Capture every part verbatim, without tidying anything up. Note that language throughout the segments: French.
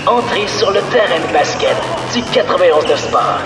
Entrez sur le terrain de basket du quatre-vingt-onze neuf Sport.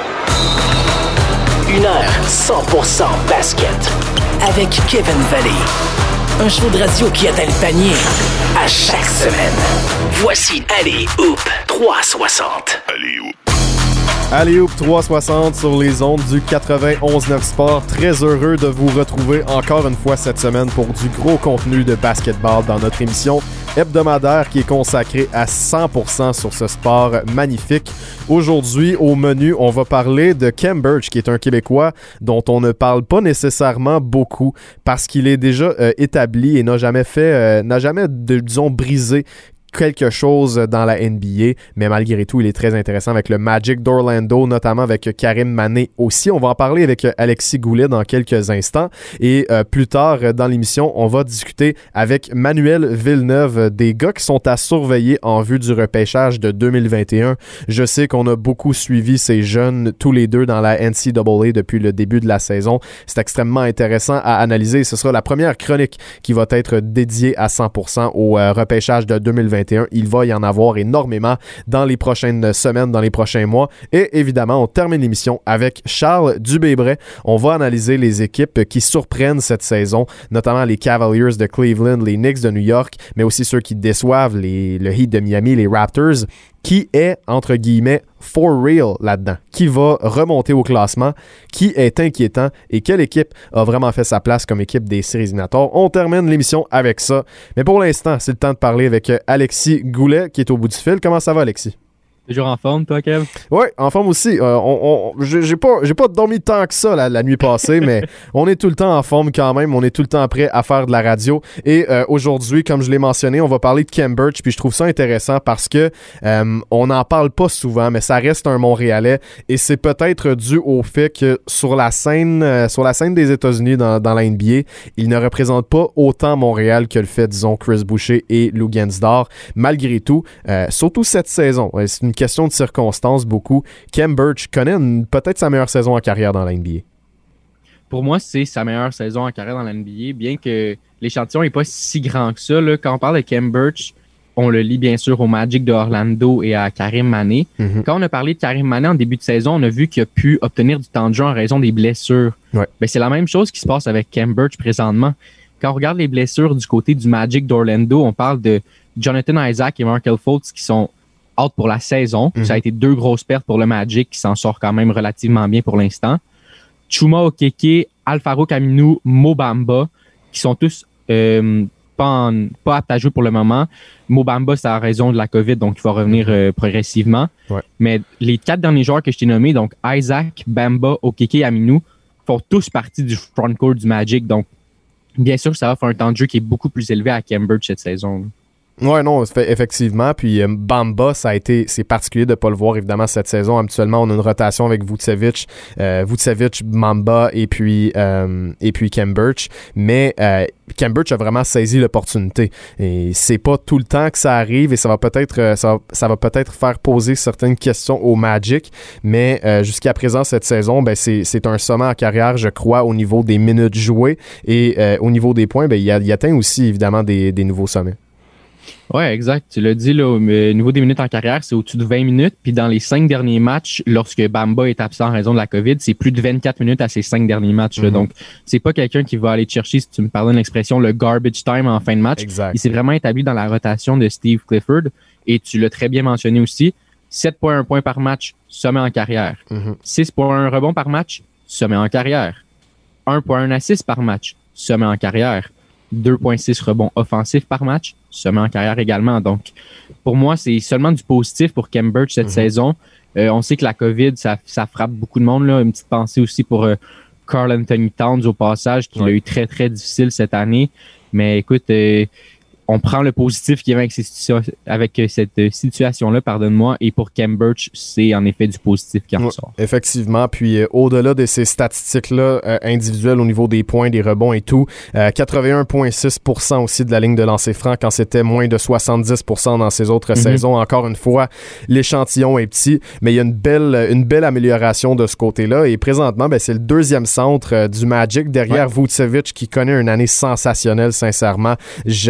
Une heure cent pour cent basket. Avec Kevin Valley. Un show de radio qui atteint le panier à chaque semaine. Voici Alley Hoop trois cent soixante. Alley Hoop. Alley Hoop trois cent soixante sur les ondes du quatre-vingt-onze neuf Sport. Très heureux de vous retrouver encore une fois cette semaine pour du gros contenu de basketball dans notre émission hebdomadaire qui est consacrée à cent pour cent sur ce sport magnifique. Aujourd'hui, au menu, on va parler de Khem Birch, qui est un Québécois dont on ne parle pas nécessairement beaucoup parce qu'il est déjà euh, établi et n'a jamais fait, euh, n'a jamais, de, disons, brisé quelque chose dans la N B A, mais malgré tout, il est très intéressant avec le Magic d'Orlando, notamment avec Karim Mané aussi. On va en parler avec Alexis Goulet dans quelques instants. Et euh, plus tard dans l'émission, on va discuter avec Manuel Villeneuve, des gars qui sont à surveiller en vue du repêchage de deux mille vingt et un. Je sais qu'on a beaucoup suivi ces jeunes, tous les deux, dans la N C A A depuis le début de la saison. C'est extrêmement intéressant à analyser. Ce sera la première chronique qui va être dédiée à cent pour cent au euh, repêchage de deux mille vingt et un. Il va y en avoir énormément dans les prochaines semaines, dans les prochains mois. Et évidemment, on termine l'émission avec Charles Dubébret. On va analyser les équipes qui surprennent cette saison, notamment les Cavaliers de Cleveland, les Knicks de New York, mais aussi ceux qui déçoivent, les, le Heat de Miami, les Raptors. Qui est, entre guillemets, for real là-dedans? Qui va remonter au classement? Qui est inquiétant? Et quelle équipe a vraiment fait sa place comme équipe des séries éliminatoires? On termine l'émission avec ça. Mais pour l'instant, c'est le temps de parler avec Alexis Goulet, qui est au bout du fil. Comment ça va, Alexis? Toujours en forme, toi, Kev? Oui, en forme aussi. Euh, on, on, j'ai, pas, j'ai pas dormi tant que ça la, la nuit passée, mais on est tout le temps en forme quand même. On est tout le temps prêt à faire de la radio. Et euh, aujourd'hui, comme je l'ai mentionné, on va parler de Khem Birch. Puis je trouve ça intéressant parce que euh, on n'en parle pas souvent, mais ça reste un Montréalais. Et c'est peut-être dû au fait que sur la scène, euh, sur la scène des États-Unis dans, dans la N B A, il ne représente pas autant Montréal que le fait, disons, Chris Boucher et Lou Gensdor. Malgré tout, euh, surtout cette saison, c'est une question de circonstances beaucoup. Khem Birch connaît une, peut-être sa meilleure saison en carrière dans la N B A. Pour moi, c'est sa meilleure saison en carrière dans la N B A, bien que l'échantillon n'est pas si grand que ça. Là. Quand on parle de Khem Birch, on le lit bien sûr au Magic de Orlando et à Karim Mané. Mm-hmm. Quand on a parlé de Karim Mané en début de saison, on a vu qu'il a pu obtenir du temps de jeu en raison des blessures. Ouais. Ben, c'est la même chose qui se passe avec Khem Birch présentement. Quand on regarde les blessures du côté du Magic d'Orlando, on parle de Jonathan Isaac et Markelle Fultz qui sont out pour la saison. Mm-hmm. Ça a été deux grosses pertes pour le Magic qui s'en sort quand même relativement bien pour l'instant. Chuma Okeke, Al-Farouq Aminu, Mo Bamba, qui sont tous euh, pas, en, pas aptes à jouer pour le moment. Mo Bamba, c'est à raison de la COVID, donc il va revenir euh, progressivement. Ouais. Mais les quatre derniers joueurs que je t'ai nommés, donc Isaac, Bamba, Okeke et Aminu, font tous partie du frontcourt du Magic. Donc, bien sûr, ça va faire un temps de jeu qui est beaucoup plus élevé à Khem Birch cette saison. Ouais, non, effectivement. Puis euh, Bamba, ça a été, c'est particulier de ne pas le voir évidemment cette saison. Habituellement, on a une rotation avec Vucevic, euh, Vucevic, Bamba et puis euh, et puis Khem Birch. Mais euh, Khem Birch a vraiment saisi l'opportunité. Et c'est pas tout le temps que ça arrive et ça va peut-être euh, ça, va, ça va peut-être faire poser certaines questions au Magic. Mais euh, jusqu'à présent cette saison, ben c'est c'est un sommet en carrière, je crois, au niveau des minutes jouées et euh, au niveau des points, ben il, a, il atteint aussi évidemment des, des nouveaux sommets. Oui, exact. Tu l'as dit, là, au niveau des minutes en carrière, c'est au-dessus de vingt minutes. Puis dans les cinq derniers matchs, lorsque Bamba est absent en raison de la COVID, c'est plus de vingt-quatre minutes à ces cinq derniers matchs. Mm-hmm. Là. Donc, c'est pas quelqu'un qui va aller chercher, si tu me pardonnes l'expression, le garbage time en fin de match. Exact. Il s'est vraiment établi dans la rotation de Steve Clifford. Et tu l'as très bien mentionné aussi, sept virgule un points par match, sommet en carrière. Mm-hmm. six virgule un rebonds par match, sommet en carrière. un virgule un assist par match, sommet en carrière. deux virgule six rebonds offensifs par match, sommet en carrière également. Donc, pour moi, c'est seulement du positif pour Khem Birch cette mm-hmm. saison. Euh, on sait que la COVID, ça, ça frappe beaucoup de monde. Là. Une petite pensée aussi pour euh, Karl Anthony Towns au passage, qui ouais. l'a eu très, très difficile cette année. Mais écoute, euh, on prend le positif qui vient avec, ces situa- avec cette situation-là, pardonne-moi, et pour Khem Birch, c'est en effet du positif qui en ressort. Ouais, effectivement, puis euh, au-delà de ces statistiques-là euh, individuelles au niveau des points, des rebonds et tout, euh, quatre-vingt-un virgule six pour cent aussi de la ligne de lancer franc quand c'était moins de soixante-dix pour cent dans ses autres mm-hmm. saisons. Encore une fois, l'échantillon est petit, mais il y a une belle, une belle amélioration de ce côté-là, et présentement, ben, c'est le deuxième centre euh, du Magic, derrière ouais. Vucevic, qui connaît une année sensationnelle, sincèrement. J'avais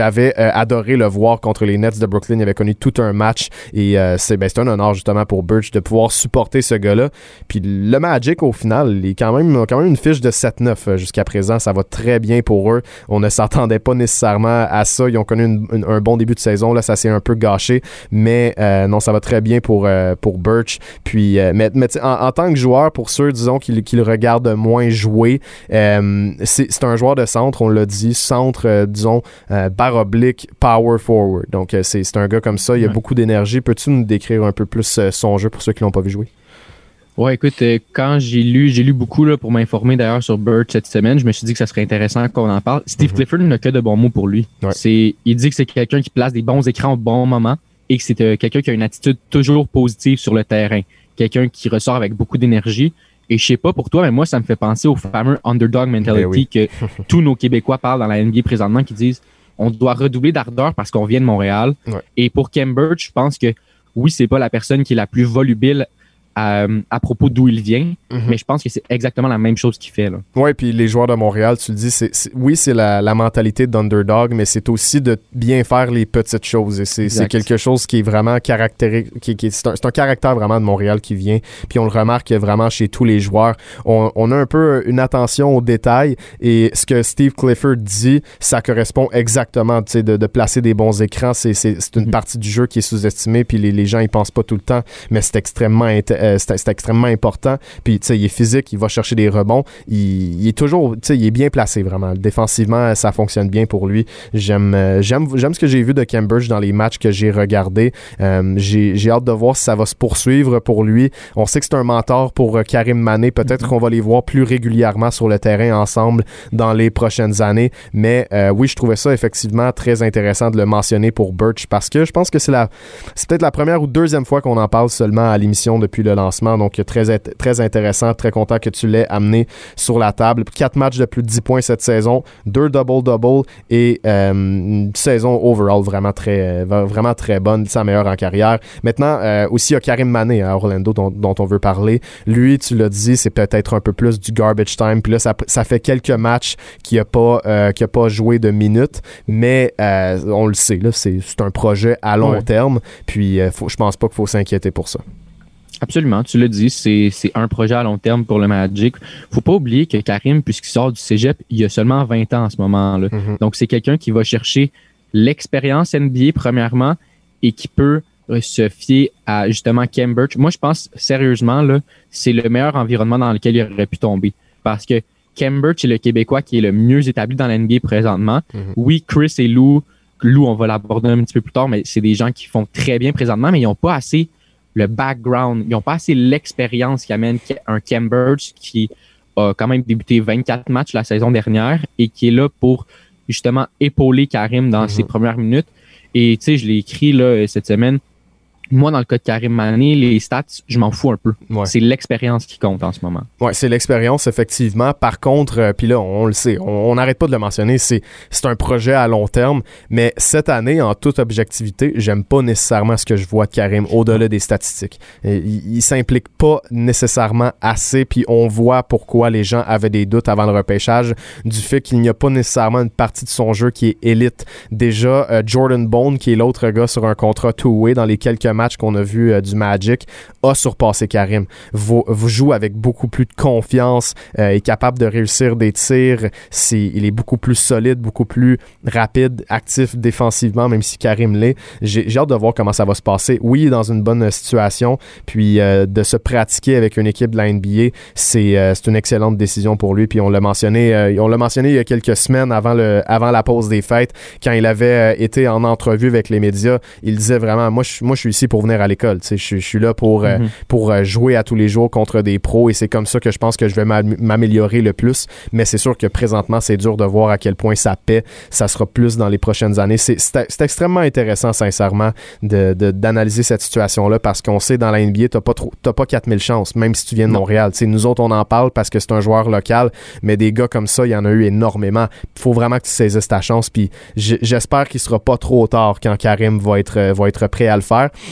euh, adoré le voir contre les Nets de Brooklyn. Il avait connu tout un match et euh, c'est, ben, c'est un honneur justement pour Birch de pouvoir supporter ce gars-là. Puis le Magic, au final, il est quand même, quand même une fiche de sept neuf euh, jusqu'à présent. Ça va très bien pour eux. On ne s'attendait pas nécessairement à ça. Ils ont connu une, une, un bon début de saison. Là, ça s'est un peu gâché. Mais euh, non, ça va très bien pour, euh, pour Birch. Puis, euh, mais, mais en, en tant que joueur, pour ceux, disons, qui, qui le regardent moins jouer, euh, c'est, c'est un joueur de centre, on l'a dit, centre, euh, disons, euh, barre oblique, power forward. Donc, euh, c'est, c'est un gars comme ça. Il a ouais. beaucoup d'énergie. Peux-tu nous décrire un peu plus euh, son jeu pour ceux qui l'ont pas vu jouer? Ouais, écoute, euh, quand j'ai lu, j'ai lu beaucoup là, pour m'informer d'ailleurs sur Birch cette semaine, je me suis dit que ça serait intéressant qu'on en parle. Steve mm-hmm. Clifford n'a que de bons mots pour lui. Ouais. C'est, il dit que c'est quelqu'un qui place des bons écrans au bon moment et que c'est euh, quelqu'un qui a une attitude toujours positive sur le terrain. Quelqu'un qui ressort avec beaucoup d'énergie. Et je sais pas pour toi, mais moi, ça me fait penser au fameux underdog mentality oui. que tous nos Québécois parlent dans la N B A présentement, qui disent on doit redoubler d'ardeur parce qu'on vient de Montréal. Ouais. Et pour Khem Birch, je pense que oui, c'est pas la personne qui est la plus volubile À, à propos d'où il vient, mm-hmm. mais je pense que c'est exactement la même chose qu'il fait. Oui, puis les joueurs de Montréal, tu le dis, c'est, c'est, oui, c'est la, la mentalité d'underdog, mais c'est aussi de bien faire les petites choses. Et c'est, c'est quelque chose qui est vraiment caractéristique, qui, qui, c'est, un, c'est un caractère vraiment de Montréal qui vient, puis on le remarque vraiment chez tous les joueurs. On, on a un peu une attention aux détails, et ce que Steve Clifford dit, ça correspond exactement, tu sais, de, de placer des bons écrans. C'est, c'est, c'est une mm-hmm. partie du jeu qui est sous-estimée, puis les, les gens y pensent pas tout le temps, mais c'est extrêmement intéressant. Euh, c'est, c'est extrêmement important. Puis, tu sais, il est physique, il va chercher des rebonds. Il, il est toujours, tu sais, il est bien placé, vraiment. Défensivement, ça fonctionne bien pour lui. J'aime, euh, j'aime, j'aime ce que j'ai vu de Khem Birch dans les matchs que j'ai regardés. Euh, j'ai, j'ai hâte de voir si ça va se poursuivre pour lui. On sait que c'est un mentor pour euh, Karim Mané. Peut-être mm-hmm. qu'on va les voir plus régulièrement sur le terrain ensemble dans les prochaines années. Mais euh, oui, je trouvais ça effectivement très intéressant de le mentionner pour Birch parce que je pense que c'est la, c'est peut-être la première ou deuxième fois qu'on en parle seulement à l'émission depuis le lancement, donc très, très intéressant, très content que tu l'aies amené sur la table. Quatre matchs de plus de dix points cette saison, deux double-double et euh, une saison overall vraiment très, vraiment très bonne, sa meilleure en carrière. Maintenant, euh, aussi il y a Karim Mané à Orlando dont, dont on veut parler. Lui, tu l'as dit, c'est peut-être un peu plus du garbage time, puis là, ça, ça fait quelques matchs qu'il n'a pas, euh, qu'il a pas joué de minutes, mais euh, on le sait, là, c'est, c'est un projet à long ouais. terme, puis euh, faut, je pense pas qu'il faut s'inquiéter pour ça. Absolument, tu l'as dit, c'est, c'est un projet à long terme pour le Magic. Faut pas oublier que Karim, puisqu'il sort du cégep, il a seulement vingt ans en ce moment-là. Mm-hmm. Donc, c'est quelqu'un qui va chercher l'expérience N B A premièrement et qui peut se fier à justement Khem Birch. Moi, je pense sérieusement, là, c'est le meilleur environnement dans lequel il aurait pu tomber. Parce que Khem Birch est le Québécois qui est le mieux établi dans la N B A présentement. Mm-hmm. Oui, Chris et Lou, Lou, on va l'aborder un petit peu plus tard, mais c'est des gens qui font très bien présentement, mais ils n'ont pas assez le background, ils n'ont pas assez l'expérience qui amène un Khem Birch qui a quand même débuté vingt-quatre matchs la saison dernière et qui est là pour justement épauler Karim dans mm-hmm. ses premières minutes. Et tu sais, je l'ai écrit là cette semaine. Moi, dans le cas de Karim Mané, les stats, je m'en fous un peu. Ouais. C'est l'expérience qui compte en ce moment. Oui, c'est l'expérience, effectivement. Par contre, euh, puis là, on, on le sait, on n'arrête pas de le mentionner, c'est, c'est un projet à long terme. Mais cette année, en toute objectivité, j'aime pas nécessairement ce que je vois de Karim au-delà des statistiques. Et, il, il s'implique pas nécessairement assez, puis on voit pourquoi les gens avaient des doutes avant le repêchage du fait qu'il n'y a pas nécessairement une partie de son jeu qui est élite. Déjà, euh, Jordan Bone, qui est l'autre gars sur un contrat two-way dans les quelques matchs qu'on a vu euh, du Magic, a surpassé Karim. Vous, vous joue avec beaucoup plus de confiance, euh, est capable de réussir des tirs, c'est, il est beaucoup plus solide, beaucoup plus rapide, actif défensivement, même si Karim l'est. J'ai, j'ai hâte de voir comment ça va se passer. Oui, il est dans une bonne situation, puis euh, de se pratiquer avec une équipe de la N B A, c'est, euh, c'est une excellente décision pour lui, puis on l'a mentionné, euh, on l'a mentionné il y a quelques semaines avant, le, avant la pause des fêtes, quand il avait euh, été en entrevue avec les médias, il disait vraiment, moi je, moi, je suis ici pour venir à l'école. Tu sais, je, je suis là pour, mm-hmm. euh, pour euh, jouer à tous les jours contre des pros et c'est comme ça que je pense que je vais m'améliorer le plus. Mais c'est sûr que présentement, c'est dur de voir à quel point ça paie. Ça sera plus dans les prochaines années. C'est, c'est, c'est extrêmement intéressant, sincèrement, de, de, d'analyser cette situation-là parce qu'on sait dans la N B A, t'as pas trop, t'as pas quatre mille chances, même si tu viens de Montréal. Tu sais, nous autres, on en parle parce que c'est un joueur local, mais des gars comme ça, il y en a eu énormément. Il faut vraiment que tu saisisses ta chance. Puis j'espère qu'il sera pas trop tard quand Karim va être, va être prêt à le faire.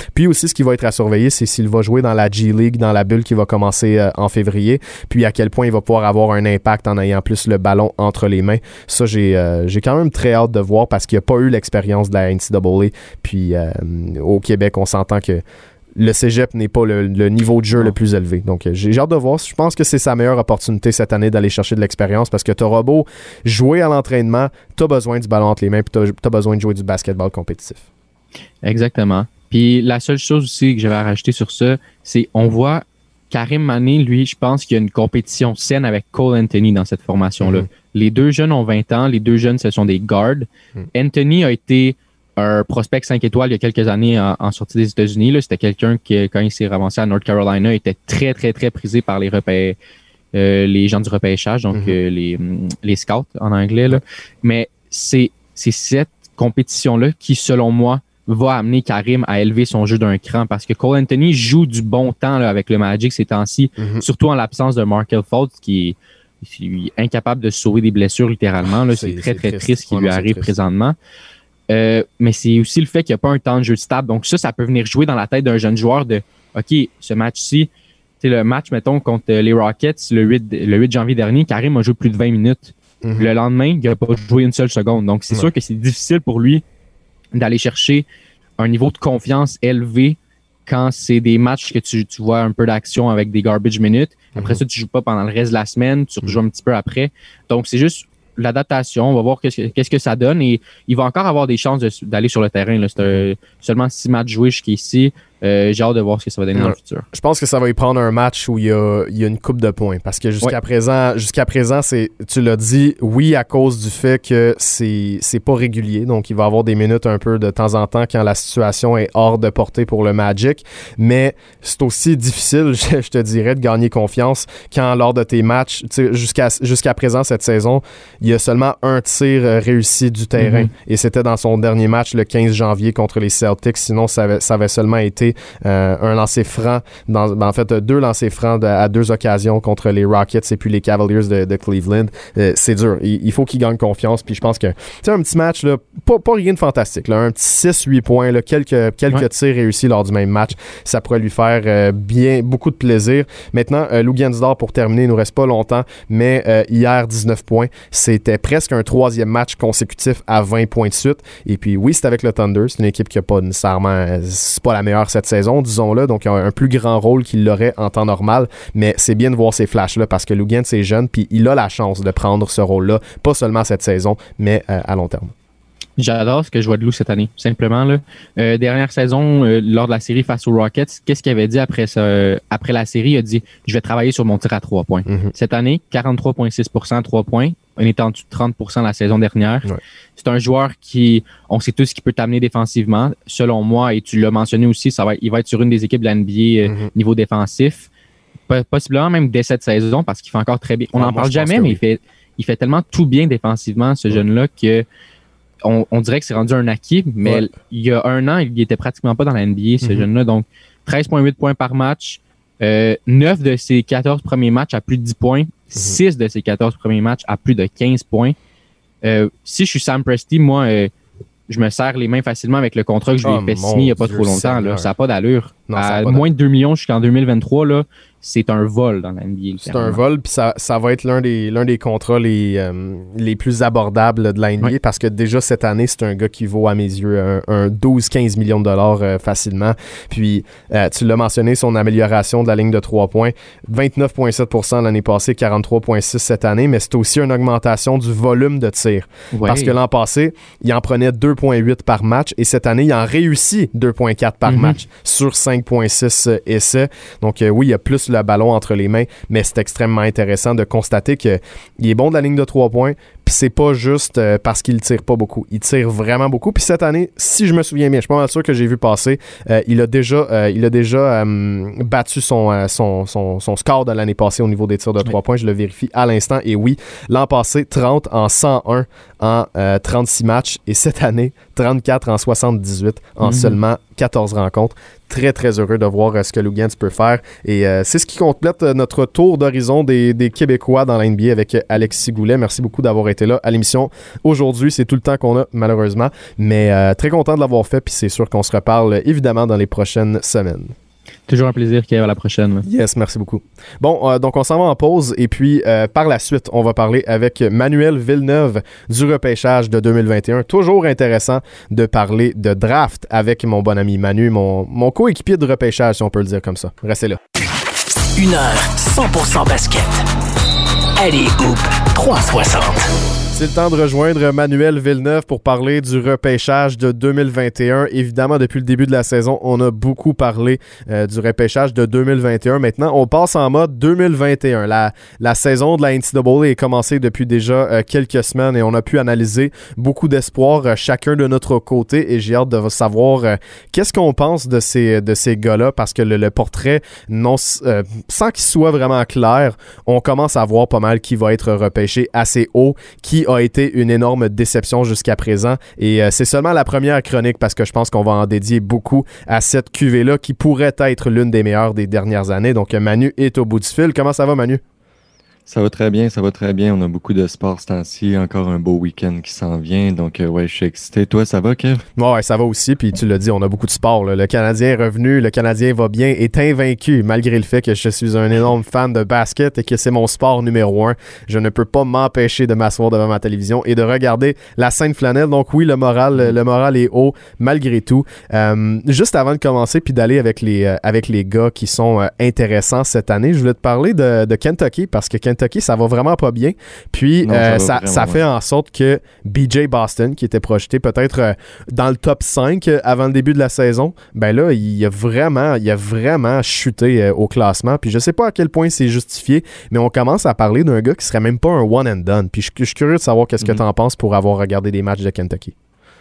Puis aussi, ce qui va être à surveiller, c'est s'il va jouer dans la G-League, dans la bulle qui va commencer euh, en février, puis à quel point il va pouvoir avoir un impact en ayant plus le ballon entre les mains. Ça, j'ai, euh, j'ai quand même très hâte de voir parce qu'il n'a pas eu l'expérience de la N C double A. Puis euh, au Québec, on s'entend que le cégep n'est pas le, le niveau de jeu non. le plus élevé. Donc, j'ai, j'ai hâte de voir. Je pense que c'est sa meilleure opportunité cette année d'aller chercher de l'expérience parce que t'auras beau jouer à l'entraînement, t'as besoin du ballon entre les mains puis t'as, t'as besoin de jouer du basketball compétitif. Exactement. Puis la seule chose aussi que j'avais à rajouter sur ça, c'est on voit Karim Mané, lui, je pense qu'il y a une compétition saine avec Cole Anthony dans cette formation-là. Mm-hmm. Les deux jeunes ont vingt ans. Les deux jeunes, ce sont des guards. Mm. Anthony a été un prospect cinq étoiles il y a quelques années en, en sortie des États-Unis. Là. C'était quelqu'un qui, quand il s'est ravancé à North Carolina, était très, très, très prisé par les repê- euh, les gens du repêchage, donc mm-hmm. euh, les, les scouts en anglais. Là. Mais c'est, c'est cette compétition-là qui, selon moi, va amener Karim à élever son jeu d'un cran parce que Cole Anthony joue du bon temps là, avec le Magic ces temps-ci, mm-hmm. surtout en l'absence de Markelle Fultz qui est, qui est incapable de sauver des blessures littéralement. Là. C'est, c'est très, c'est très triste, triste ce qui lui arrive triste. présentement. Euh, mais c'est aussi le fait qu'il n'y a pas un temps de jeu stable. Donc ça, ça peut venir jouer dans la tête d'un jeune joueur de « OK, ce match-ci, c'est le match, mettons, contre les Rockets le huit, le huit janvier dernier, Karim a joué plus de vingt minutes. Mm-hmm. Le lendemain, il n'a pas joué une seule seconde. Donc c'est ouais. sûr que c'est difficile pour lui d'aller chercher un niveau de confiance élevé quand c'est des matchs que tu, tu vois un peu d'action avec des garbage minutes. Après mm-hmm. ça, tu joues pas pendant le reste de la semaine, tu rejoues mm-hmm. un petit peu après. Donc c'est juste l'adaptation, on va voir qu'est-ce que, qu'est-ce que ça donne et il va encore avoir des chances de, d'aller sur le terrain. Là. C'est un, seulement six matchs joués jusqu'ici. Euh, j'ai hâte de voir ce que ça va donner ouais. dans le futur. Je pense que ça va y prendre un match où il y a, il y a une coupe de points parce que jusqu'à ouais. présent, jusqu'à présent, c'est, tu l'as dit, oui, à cause du fait que c'est, c'est pas régulier, donc il va avoir des minutes un peu de temps en temps quand la situation est hors de portée pour le Magic, mais c'est aussi difficile, je, je te dirais, de gagner confiance quand lors de tes matchs, jusqu'à, jusqu'à présent cette saison, il y a seulement un tir réussi du terrain mm-hmm. et c'était dans son dernier match le quinze janvier contre les Celtics, sinon ça avait, ça avait seulement été Euh, un lancer franc, dans, ben en fait deux lancers francs de, à deux occasions contre les Rockets et puis les Cavaliers de, de Cleveland. Euh, c'est dur. Il, il faut qu'il gagne confiance. Puis je pense que c'est un petit match, là, pas, pas rien de fantastique. Là, un petit six huit points, là, quelques, quelques ouais. tirs réussis lors du même match. Ça pourrait lui faire euh, bien beaucoup de plaisir. Maintenant, euh, Lou Gensdor, pour terminer, il nous reste pas longtemps, mais euh, hier, dix-neuf points. C'était presque un troisième match consécutif à vingt points de suite. Et puis oui, c'est avec le Thunder. C'est une équipe qui a pas nécessairement... C'est pas la meilleure cette saison, disons-le, donc il a un plus grand rôle qu'il l'aurait en temps normal, mais c'est bien de voir ces flashs-là parce que Lugans est jeune, puis il a la chance de prendre ce rôle-là, pas seulement cette saison, mais euh, à long terme. J'adore ce que je vois de Lou cette année, simplement. Là. Euh, dernière saison, euh, lors de la série face aux Rockets, qu'est-ce qu'il avait dit après ça, euh, après la série? Il a dit « Je vais travailler sur mon tir à trois points. Mm-hmm. » Cette année, quarante-trois virgule six pour cent à trois points. On est en dessous de trente pour cent la saison dernière. Ouais. C'est un joueur qui, on sait tous qu'il peut t'amener défensivement. Selon moi, et tu l'as mentionné aussi, ça va, il va être sur une des équipes de la N B A euh, mm-hmm. niveau défensif. Possiblement même dès cette saison parce qu'il fait encore très bien. On n'en parle jamais, mais oui. il fait, il fait tellement tout bien défensivement, ce ouais. jeune-là, que on, on dirait que c'est rendu un acquis. Mais ouais. il y a un an, il était pratiquement pas dans la N B A, ce mm-hmm. jeune-là. Donc, treize virgule huit points par match. Euh, neuf de ses quatorze premiers matchs à plus de dix points. six mm-hmm. de ses quatorze premiers matchs à plus de quinze points. Euh, si je suis Sam Presti, moi, euh, je me serre les mains facilement avec le contrat que je lui ai oh, fait signer il n'y a pas Dieu trop longtemps. Là. Ça n'a pas d'allure. Non, à moins de deux millions jusqu'en deux mille vingt-trois, là, c'est un vol dans la N B A. C'est un vol, puis ça, ça va être l'un des, l'un des contrats les, euh, les plus abordables là, de la N B A oui. parce que déjà cette année, c'est un gars qui vaut à mes yeux un, un douze à quinze millions de dollars euh, facilement. Puis, euh, tu l'as mentionné, son amélioration de la ligne de trois points, vingt-neuf virgule sept pour cent l'année passée, quarante-trois virgule six cette année, mais c'est aussi une augmentation du volume de tir. Oui. Parce que l'an passé, il en prenait deux virgule huit par match et cette année, il en réussit deux virgule quatre par mm-hmm. match sur cinq virgule six essais. Donc, euh, oui, il y a plus le ballon entre les mains, mais c'est extrêmement intéressant de constater qu'il est bon de la ligne de trois points, puis c'est pas juste euh, parce qu'il tire pas beaucoup. Il tire vraiment beaucoup, puis cette année, si je me souviens bien, je suis pas mal sûr que j'ai vu passer, euh, il a déjà, euh, il a déjà euh, battu son, euh, son, son, son score de l'année passée au niveau des tirs de trois oui. points, je le vérifie à l'instant, et oui, l'an passé, trente en cent un en euh, trente-six matchs, et cette année, trente-quatre en soixante-dix-huit en mm-hmm. seulement quatorze rencontres. Très, très heureux de voir euh, ce que Lugans peut faire. Et euh, c'est ce qui complète euh, notre tour d'horizon des, des Québécois dans la N B A avec euh, Alexis Goulet. Merci beaucoup d'avoir été été là à l'émission aujourd'hui. C'est tout le temps qu'on a, malheureusement. Mais euh, très content de l'avoir fait, puis c'est sûr qu'on se reparle évidemment dans les prochaines semaines. Toujours un plaisir, Kev, à la prochaine. Là. Yes, merci beaucoup. Bon, euh, donc on s'en va en pause et puis euh, par la suite, on va parler avec Manuel Villeneuve du repêchage de deux mille vingt et un. Toujours intéressant de parler de draft avec mon bon ami Manu, mon, mon coéquipier de repêchage, si on peut le dire comme ça. Restez là. Une heure cent pour cent basket. Allez, Hoop trois cent soixante. C'est le temps de rejoindre Manuel Villeneuve pour parler du repêchage de deux mille vingt et un. Évidemment, depuis le début de la saison, on a beaucoup parlé euh, du repêchage de deux mille vingt et un. Maintenant, on passe en mode deux mille vingt et un. La, la saison de la N C double A est commencée depuis déjà euh, quelques semaines et on a pu analyser beaucoup d'espoir euh, chacun de notre côté et j'ai hâte de savoir euh, qu'est-ce qu'on pense de ces, de ces gars-là parce que le, le portrait, non, euh, sans qu'il soit vraiment clair, on commence à voir pas mal qui va être repêché assez haut, qui a été une énorme déception jusqu'à présent et euh, c'est seulement la première chronique parce que je pense qu'on va en dédier beaucoup à cette cuvée-là qui pourrait être l'une des meilleures des dernières années. Donc Manu est au bout du fil. Comment ça va, Manu? Ça va très bien, ça va très bien. On a beaucoup de sport ce temps-ci. Encore un beau week-end qui s'en vient. Donc, euh, ouais, je suis excité. Toi, ça va, Kev? Ouais, ça va aussi. Puis tu l'as dit, on a beaucoup de sport. Là. Le Canadien est revenu. Le Canadien va bien, est invaincu, malgré le fait que je suis un énorme fan de basket et que c'est mon sport numéro un. Je ne peux pas m'empêcher de m'asseoir devant ma télévision et de regarder la Sainte Flanelle. Donc oui, le moral, le moral est haut, malgré tout. Euh, juste avant de commencer puis d'aller avec les, euh, avec les gars qui sont euh, intéressants cette année, je voulais te parler de, de Kentucky parce que Kentucky Kentucky, ça va vraiment pas bien. Puis non, euh, ça, ça, ça fait en sorte que B J Boston, qui était projeté peut-être euh, dans le top cinq euh, avant le début de la saison, ben là, il a vraiment, il a vraiment chuté euh, au classement. Puis je sais pas à quel point c'est justifié, mais on commence à parler d'un gars qui serait même pas un one and done. Puis je, je suis curieux de savoir qu'est-ce que mm-hmm. t'en penses pour avoir regardé des matchs de Kentucky.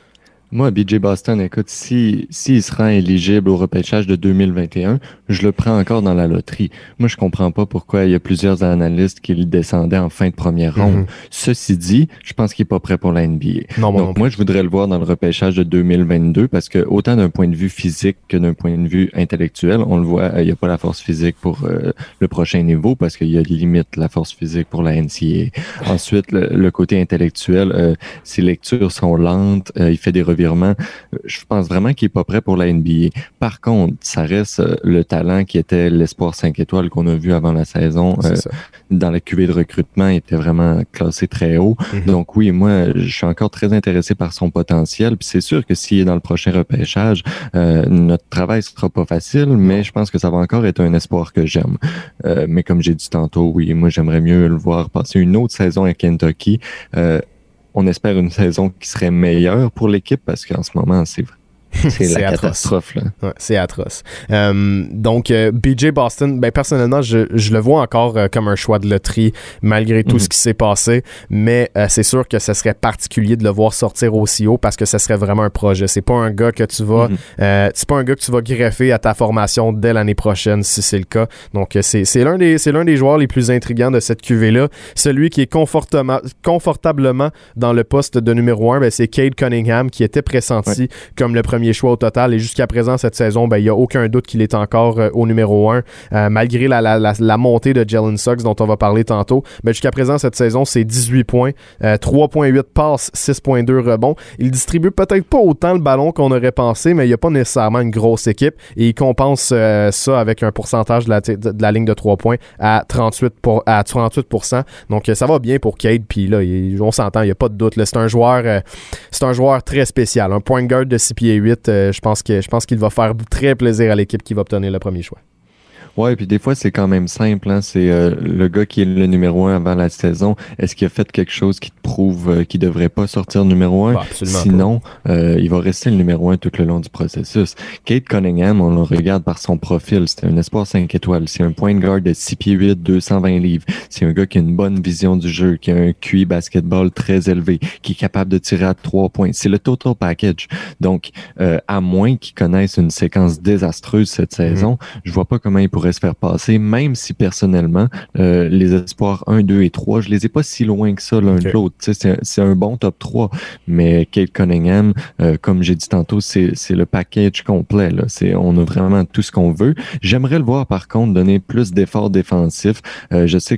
Moi, B J Boston, écoute, si, s'il se rend éligible au repêchage de deux mille vingt et un, je le prends encore dans la loterie. Moi, je comprends pas pourquoi il y a plusieurs analystes qui le descendaient en fin de première ronde. Mm-hmm. Ceci dit, je pense qu'il est pas prêt pour la N B A. Non, Donc, non moi, je voudrais le voir dans le repêchage de deux mille vingt-deux parce que autant d'un point de vue physique que d'un point de vue intellectuel, on le voit, il n'y a pas la force physique pour euh, le prochain niveau parce qu'il y a limite la force physique pour la N C A A. Ensuite, le, le côté intellectuel, euh, ses lectures sont lentes, euh, il fait des revirements. Je pense vraiment qu'il est pas prêt pour la N B A. Par contre, ça reste le talent qui était l'espoir cinq étoiles qu'on a vu avant la saison. Euh, dans la cuvée de recrutement, il était vraiment classé très haut. Mm-hmm. Donc oui, moi, je suis encore très intéressé par son potentiel. Puis c'est sûr que s'il est dans le prochain repêchage, euh, notre travail sera pas facile, mais je pense que ça va encore être un espoir que j'aime. Euh, mais comme j'ai dit tantôt, oui, moi, j'aimerais mieux le voir passer une autre saison à Kentucky. Euh, On espère une saison qui serait meilleure pour l'équipe parce qu'en ce moment, c'est vrai. C'est, c'est la catastrophe, là. Ouais, c'est atroce. Euh, donc, euh, B J Boston, ben personnellement, je, je le vois encore euh, comme un choix de loterie malgré tout mm-hmm. ce qui s'est passé, mais euh, c'est sûr que ce serait particulier de le voir sortir aussi haut parce que ce serait vraiment un projet. C'est pas un gars que tu vas, mm-hmm. euh, c'est pas un gars que tu vas greffer à ta formation dès l'année prochaine si c'est le cas. Donc, c'est, c'est l'un des, c'est l'un des joueurs les plus intrigants de cette cuvée-là. Celui qui est confortablement, confortablement dans le poste de numéro un, ben c'est Cade Cunningham qui était pressenti ouais. comme le premier choix au total et jusqu'à présent cette saison, ben il y a aucun doute qu'il est encore euh, au numéro un euh, malgré la, la, la, la montée de Jalen Suggs dont on va parler tantôt. Ben jusqu'à présent cette saison, c'est dix-huit points, euh, trois virgule huit passes, six virgule deux rebonds. Il distribue peut-être pas autant le ballon qu'on aurait pensé, mais il y a pas nécessairement une grosse équipe et il compense euh, ça avec un pourcentage de la, de, de la ligne de trois points à trente-huit pour, à trente-huit pour cent. Donc ça va bien pour Cade puis là, il, on s'entend, il y a pas de doute là, c'est un joueur euh, c'est un joueur très spécial, un point guard de six pieds huit. Euh, je pense que je pense qu'il va faire très plaisir à l'équipe qui va obtenir le premier choix. Ouais, puis des fois, c'est quand même simple. Hein? C'est euh, le gars qui est le numéro un avant la saison. Est-ce qu'il a fait quelque chose qui te prouve euh, qu'il devrait pas sortir numéro un? Bah, Sinon, euh, il va rester le numéro un tout le long du processus. Cade Cunningham, on le regarde par son profil. C'est un espoir cinq étoiles. C'est un point guard de six pieds huit, deux cent vingt livres. C'est un gars qui a une bonne vision du jeu, qui a un Q I basketball très élevé, qui est capable de tirer à trois points. C'est le total package. Donc, euh, à moins qu'il connaisse une séquence désastreuse cette saison, mm-hmm. je vois pas comment il pourrait se faire passer, même si personnellement, euh, les espoirs un, deux et trois, je les ai pas si loin que ça l'un okay. de l'autre. Tu sais, c'est, c'est un bon top trois, mais Cade Cunningham, euh, comme j'ai dit tantôt, c'est, c'est le package complet. Là. C'est, on a vraiment tout ce qu'on veut. J'aimerais le voir, par contre, donner plus d'efforts défensifs. Euh, je sais que c'est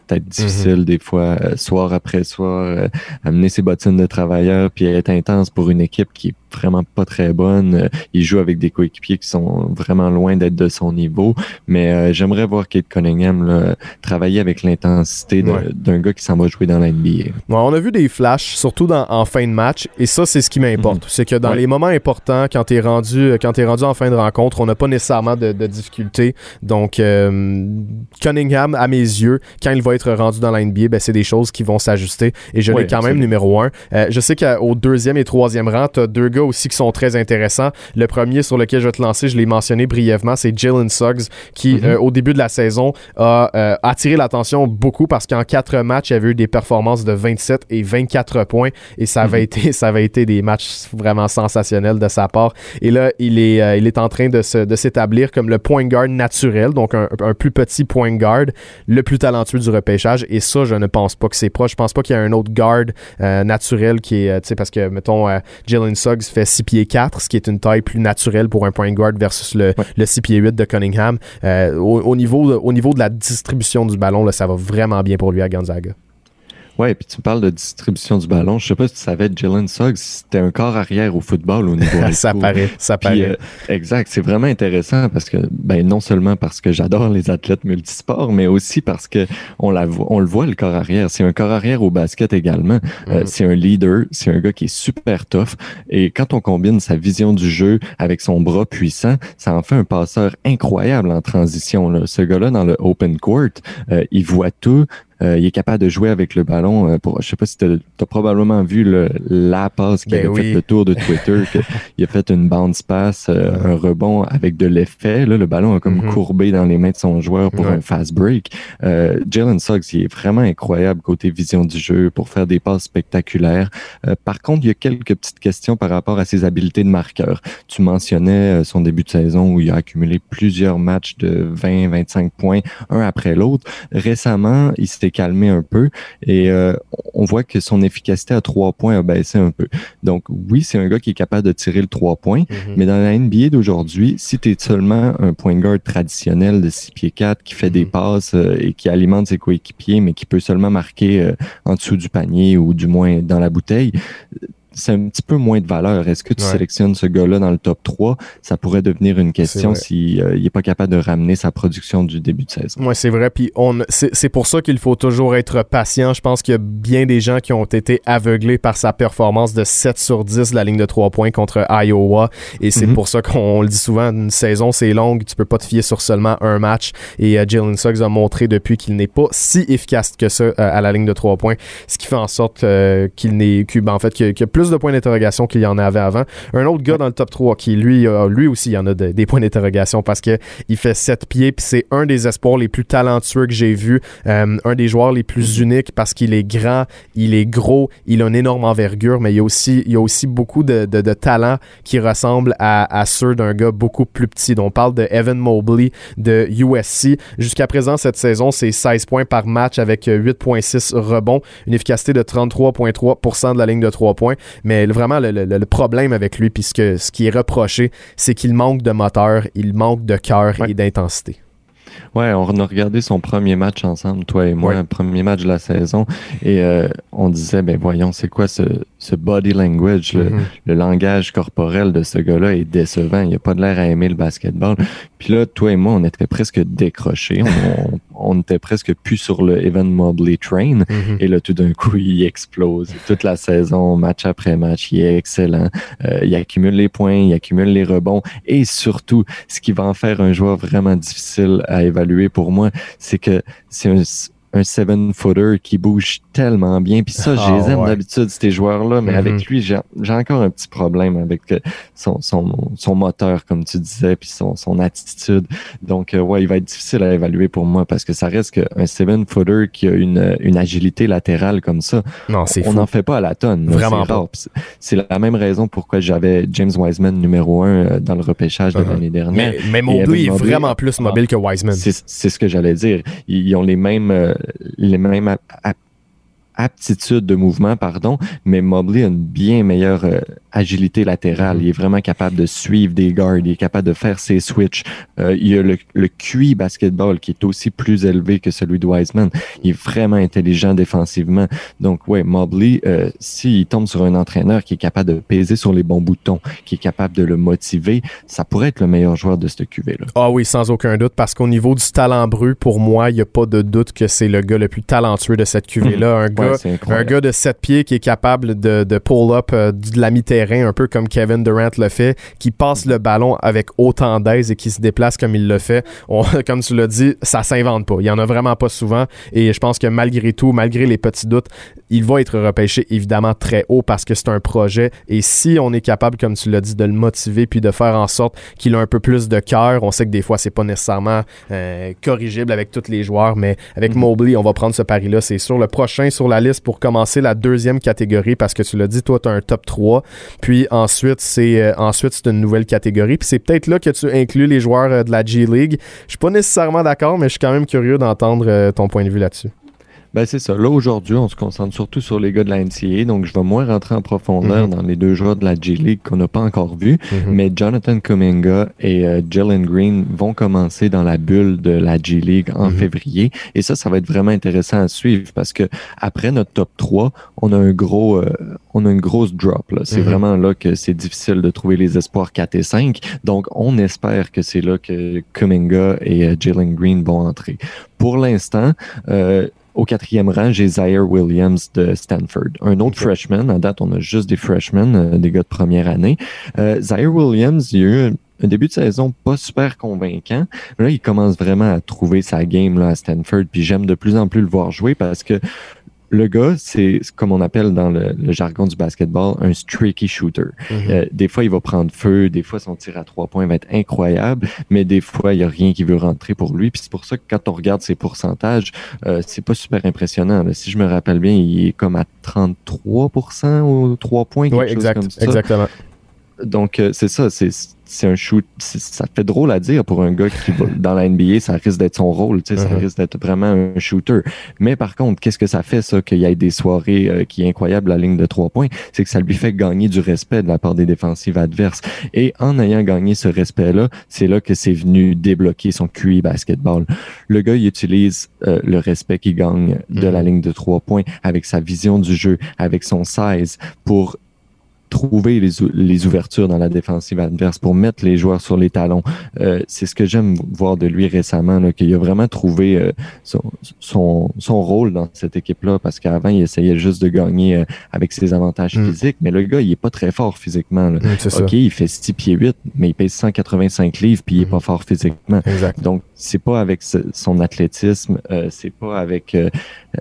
peut-être difficile mm-hmm. des fois, euh, soir après soir, euh, amener ses bottines de travailleur puis être intense pour une équipe qui est vraiment pas très bonne. Euh, il joue avec des coéquipiers qui sont vraiment loin d'être de son niveau, mais euh, j'aimerais voir Cade Cunningham là, travailler avec l'intensité de, ouais. d'un gars qui s'en va jouer dans la N B A. Ouais, on a vu des flashs, surtout dans, en fin de match, et ça, c'est ce qui m'importe. Mm-hmm. C'est que dans ouais. les moments importants, quand t'es rendu, quand t'es rendu en fin de rencontre, on n'a pas nécessairement de, de difficultés. Donc, euh, Cunningham, à mes yeux, quand il va être rendu dans la N B A, ben, c'est des choses qui vont s'ajuster, et je ouais, l'ai quand absolument. même numéro un. Euh, je sais qu'au deuxième et troisième rang, t'as deux gars aussi qui sont très intéressants. Le premier sur lequel je vais te lancer, je l'ai mentionné brièvement, c'est Jalen Suggs qui, mm-hmm. euh, au début de la saison, a euh, attiré l'attention beaucoup parce qu'en quatre matchs, il y avait eu des performances de vingt-sept et vingt-quatre points et ça avait, mm-hmm. été, ça avait été des matchs vraiment sensationnels de sa part. Et là, il est, euh, il est en train de, se, de s'établir comme le point guard naturel, donc un, un plus petit point guard, le plus talentueux du repêchage. Et ça, je ne pense pas que c'est proche. Je pense pas qu'il y a un autre guard euh, naturel qui est, tu sais, parce que, mettons, euh, Jalen Suggs fait six pieds quatre, ce qui est une taille plus naturelle pour un point guard versus le, ouais. le six pieds huit de Cunningham. Euh, au, au, niveau, au niveau de la distribution du ballon, là, ça va vraiment bien pour lui à Gonzaga. Ouais, puis tu parles de distribution du ballon. Je sais pas si tu savais, Jalen Suggs, c'était un corps arrière au football au niveau ça paraît, ça paraît. Puis, euh, exact, c'est vraiment intéressant parce que, ben non seulement parce que j'adore les athlètes multisports, mais aussi parce que on la voit, on le voit le corps arrière. C'est un corps arrière au basket également. Mm-hmm. Euh, c'est un leader, c'est un gars qui est super tough. Et quand on combine sa vision du jeu avec son bras puissant, ça en fait un passeur incroyable en transition. Là. Ce gars-là dans le open court, euh, il voit tout. Euh, il est capable de jouer avec le ballon. Euh, pour, je sais pas si tu as probablement vu le, la passe qui ben a oui. fait le tour de Twitter. que, il a fait une bounce pass, euh, ouais. un rebond avec de l'effet. Là, le ballon a comme mm-hmm. courbé dans les mains de son joueur pour ouais. un fast break. Euh, Jalen Suggs, il est vraiment incroyable côté vision du jeu pour faire des passes spectaculaires. Euh, par contre, il y a quelques petites questions par rapport à ses habiletés de marqueur. Tu mentionnais euh, son début de saison où il a accumulé plusieurs matchs de vingt à vingt-cinq points, un après l'autre. Récemment, il s'était calmé un peu et euh, on voit que son efficacité à trois points a baissé un peu. Donc oui, c'est un gars qui est capable de tirer le trois points, mm-hmm. mais dans la N B A d'aujourd'hui, si tu es seulement un point guard traditionnel de six pieds quatre qui fait mm-hmm. des passes euh, et qui alimente ses coéquipiers, mais qui peut seulement marquer euh, en dessous du panier ou du moins dans la bouteille, c'est un petit peu moins de valeur. Est-ce que tu ouais. sélectionnes ce gars-là dans le top trois? Ça pourrait devenir une question s'il euh, n'est pas capable de ramener sa production du début de saison. Oui, c'est vrai. Puis on, c'est, c'est pour ça qu'il faut toujours être patient. Je pense qu'il y a bien des gens qui ont été aveuglés par sa performance de sept sur dix de la ligne de trois points contre Iowa. Et c'est mm-hmm. pour ça qu'on le dit souvent, une saison, c'est longue. Tu peux pas te fier sur seulement un match. Et uh, Jalen Suggs a montré depuis qu'il n'est pas si efficace que ça uh, à la ligne de trois points. Ce qui fait en sorte uh, qu'il n'est... Qu'il, ben, en fait, qu'il y a plus de points d'interrogation qu'il y en avait avant. Un autre gars dans le top trois qui, lui, euh, lui aussi, il y en a de, des points d'interrogation parce que il fait sept pieds puis c'est un des espoirs les plus talentueux que j'ai vu. Euh, un des joueurs les plus uniques parce qu'il est grand, il est gros, il a une énorme envergure, mais il y a aussi, il y a aussi beaucoup de, de, de talent qui ressemblent à, à ceux d'un gars beaucoup plus petit. Donc, on parle de Evan Mobley de U S C. Jusqu'à présent, cette saison, c'est seize points par match avec huit virgule six rebonds, une efficacité de trente-trois virgule trois pour cent de la ligne de trois points. Mais vraiment, le, le, le problème avec lui, puis ce, que, ce qui est reproché, c'est qu'il manque de moteur, il manque de cœur ouais. et d'intensité. Ouais, on a regardé son premier match ensemble, toi et moi, ouais. premier match de la saison, et euh, on disait, ben voyons, c'est quoi ce, ce body language, le, mm-hmm. le langage corporel de ce gars-là est décevant, il a pas de l'air à aimer le basketball. Puis là, toi et moi, on était presque décrochés, on, on, on était presque plus sur le Evan Mobley train, mm-hmm. et là, tout d'un coup, il explose. Toute la saison, match après match, il est excellent, euh, il accumule les points, il accumule les rebonds, et surtout, ce qui va en faire un joueur vraiment difficile à évaluer pour moi, c'est que c'est un, un seven-footer qui bouge tellement bien. Puis ça, oh, je les aime ouais. d'habitude, ces joueurs-là, mais mm-hmm. avec lui, j'ai, j'ai encore un petit problème avec son, son, son moteur, comme tu disais, puis son, son attitude. Donc, euh, ouais, il va être difficile à évaluer pour moi parce que ça reste qu'un seven-footer qui a une, une agilité latérale comme ça, non, c'est on n'en fait pas à la tonne. Vraiment c'est rare. C'est, c'est la même raison pourquoi j'avais James Wiseman numéro un dans le repêchage uh-huh. de l'année dernière. Mais, mais Mobley est vraiment plus mobile ah, que Wiseman. C'est, c'est ce que j'allais dire. Ils ont les mêmes... Euh, les mêmes à, à, aptitude de mouvement, pardon, mais Mobley a une bien meilleure euh, agilité latérale. Il est vraiment capable de suivre des guards, il est capable de faire ses switches. Euh, il a le, le Q I basketball qui est aussi plus élevé que celui de Wiseman. Il est vraiment intelligent défensivement. Donc, ouais, Mobley, euh, s'il tombe sur un entraîneur qui est capable de peser sur les bons boutons, qui est capable de le motiver, ça pourrait être le meilleur joueur de cette Q V-là. Ah oui, sans aucun doute, parce qu'au niveau du talent brut, pour moi, il n'y a pas de doute que c'est le gars le plus talentueux de cette Q V-là. Un gars Ouais, un gars de sept pieds qui est capable de, de pull-up euh, de la mi-terrain, un peu comme Kevin Durant le fait, qui passe le ballon avec autant d'aise et qui se déplace comme il le fait. On, comme tu l'as dit, ça s'invente pas. Il y en a vraiment pas souvent et je pense que malgré tout, malgré les petits doutes, il va être repêché évidemment très haut parce que c'est un projet et si on est capable, comme tu l'as dit, de le motiver puis de faire en sorte qu'il a un peu plus de cœur, on sait que des fois c'est pas nécessairement euh, corrigible avec tous les joueurs, mais avec mm-hmm. Mobley, on va prendre ce pari-là, c'est sûr. Le prochain sur la liste pour commencer la deuxième catégorie, parce que tu l'as dit, toi, tu as un top trois, puis ensuite, c'est euh, ensuite c'est une nouvelle catégorie, puis c'est peut-être là que tu inclus les joueurs euh, de la G-League. Je suis pas nécessairement d'accord, mais je suis quand même curieux d'entendre euh, ton point de vue là-dessus. Ben c'est ça. Là, aujourd'hui, on se concentre surtout sur les gars de la N C A A, donc je vais moins rentrer en profondeur mm-hmm. dans les deux joueurs de la G-League qu'on n'a pas encore vus, mm-hmm. mais Jonathan Kuminga et euh, Jalen Green vont commencer dans la bulle de la G-League en mm-hmm. février, et ça, ça va être vraiment intéressant à suivre, parce que après notre top trois, on a un gros, euh, on a une grosse drop, là. C'est mm-hmm. vraiment là que c'est difficile de trouver les espoirs quatre et cinq, donc on espère que c'est là que Kuminga et euh, Jalen Green vont entrer. Pour l'instant, euh, au quatrième rang, j'ai Zaire Williams de Stanford. Un autre okay. freshman. À date, on a juste des freshmen, euh, des gars de première année. Euh, Zaire Williams, il y a eu un, un début de saison pas super convaincant. Là, il commence vraiment à trouver sa game là, à Stanford. Puis j'aime de plus en plus le voir jouer parce que le gars, c'est comme on appelle dans le, le jargon du basketball, un streaky shooter. Mm-hmm. Euh, des fois, il va prendre feu, des fois, son tir à trois points va être incroyable, mais des fois, il n'y a rien qui veut rentrer pour lui. Puis c'est pour ça que quand on regarde ses pourcentages, euh, c'est pas super impressionnant. Là. Si je me rappelle bien, il est comme à trente-trois pour cent aux trois points, quelque ouais, chose exact, comme ça. Exactement. Donc, euh, c'est ça, c'est... c'est un shoot, c'est, ça fait drôle à dire pour un gars qui va dans la N B A, ça risque d'être son rôle, tu sais, mm-hmm. ça risque d'être vraiment un shooter. Mais par contre, qu'est-ce que ça fait, ça, qu'il y ait des soirées euh, qui est incroyable, la ligne de trois points, c'est que ça lui fait gagner du respect de la part des défensives adverses. Et en ayant gagné ce respect-là, c'est là que c'est venu débloquer son Q I basketball. Le gars, il utilise euh, le respect qu'il gagne de mm-hmm. la ligne de trois points avec sa vision du jeu, avec son size, pour trouver les, les ouvertures dans la défensive adverse, pour mettre les joueurs sur les talons. Euh, c'est ce que j'aime voir de lui récemment, là, qu'il a vraiment trouvé euh, son, son, son rôle dans cette équipe-là, parce qu'avant, il essayait juste de gagner euh, avec ses avantages mm. physiques, mais le gars, il est pas très fort physiquement. Là. Mm, c'est OK, ça. Il fait six pieds huit, mais il pèse cent quatre-vingt-cinq livres, puis il est mm. pas fort physiquement. Exact. Donc, c'est pas avec ce, son athlétisme, euh, c'est pas avec... Euh,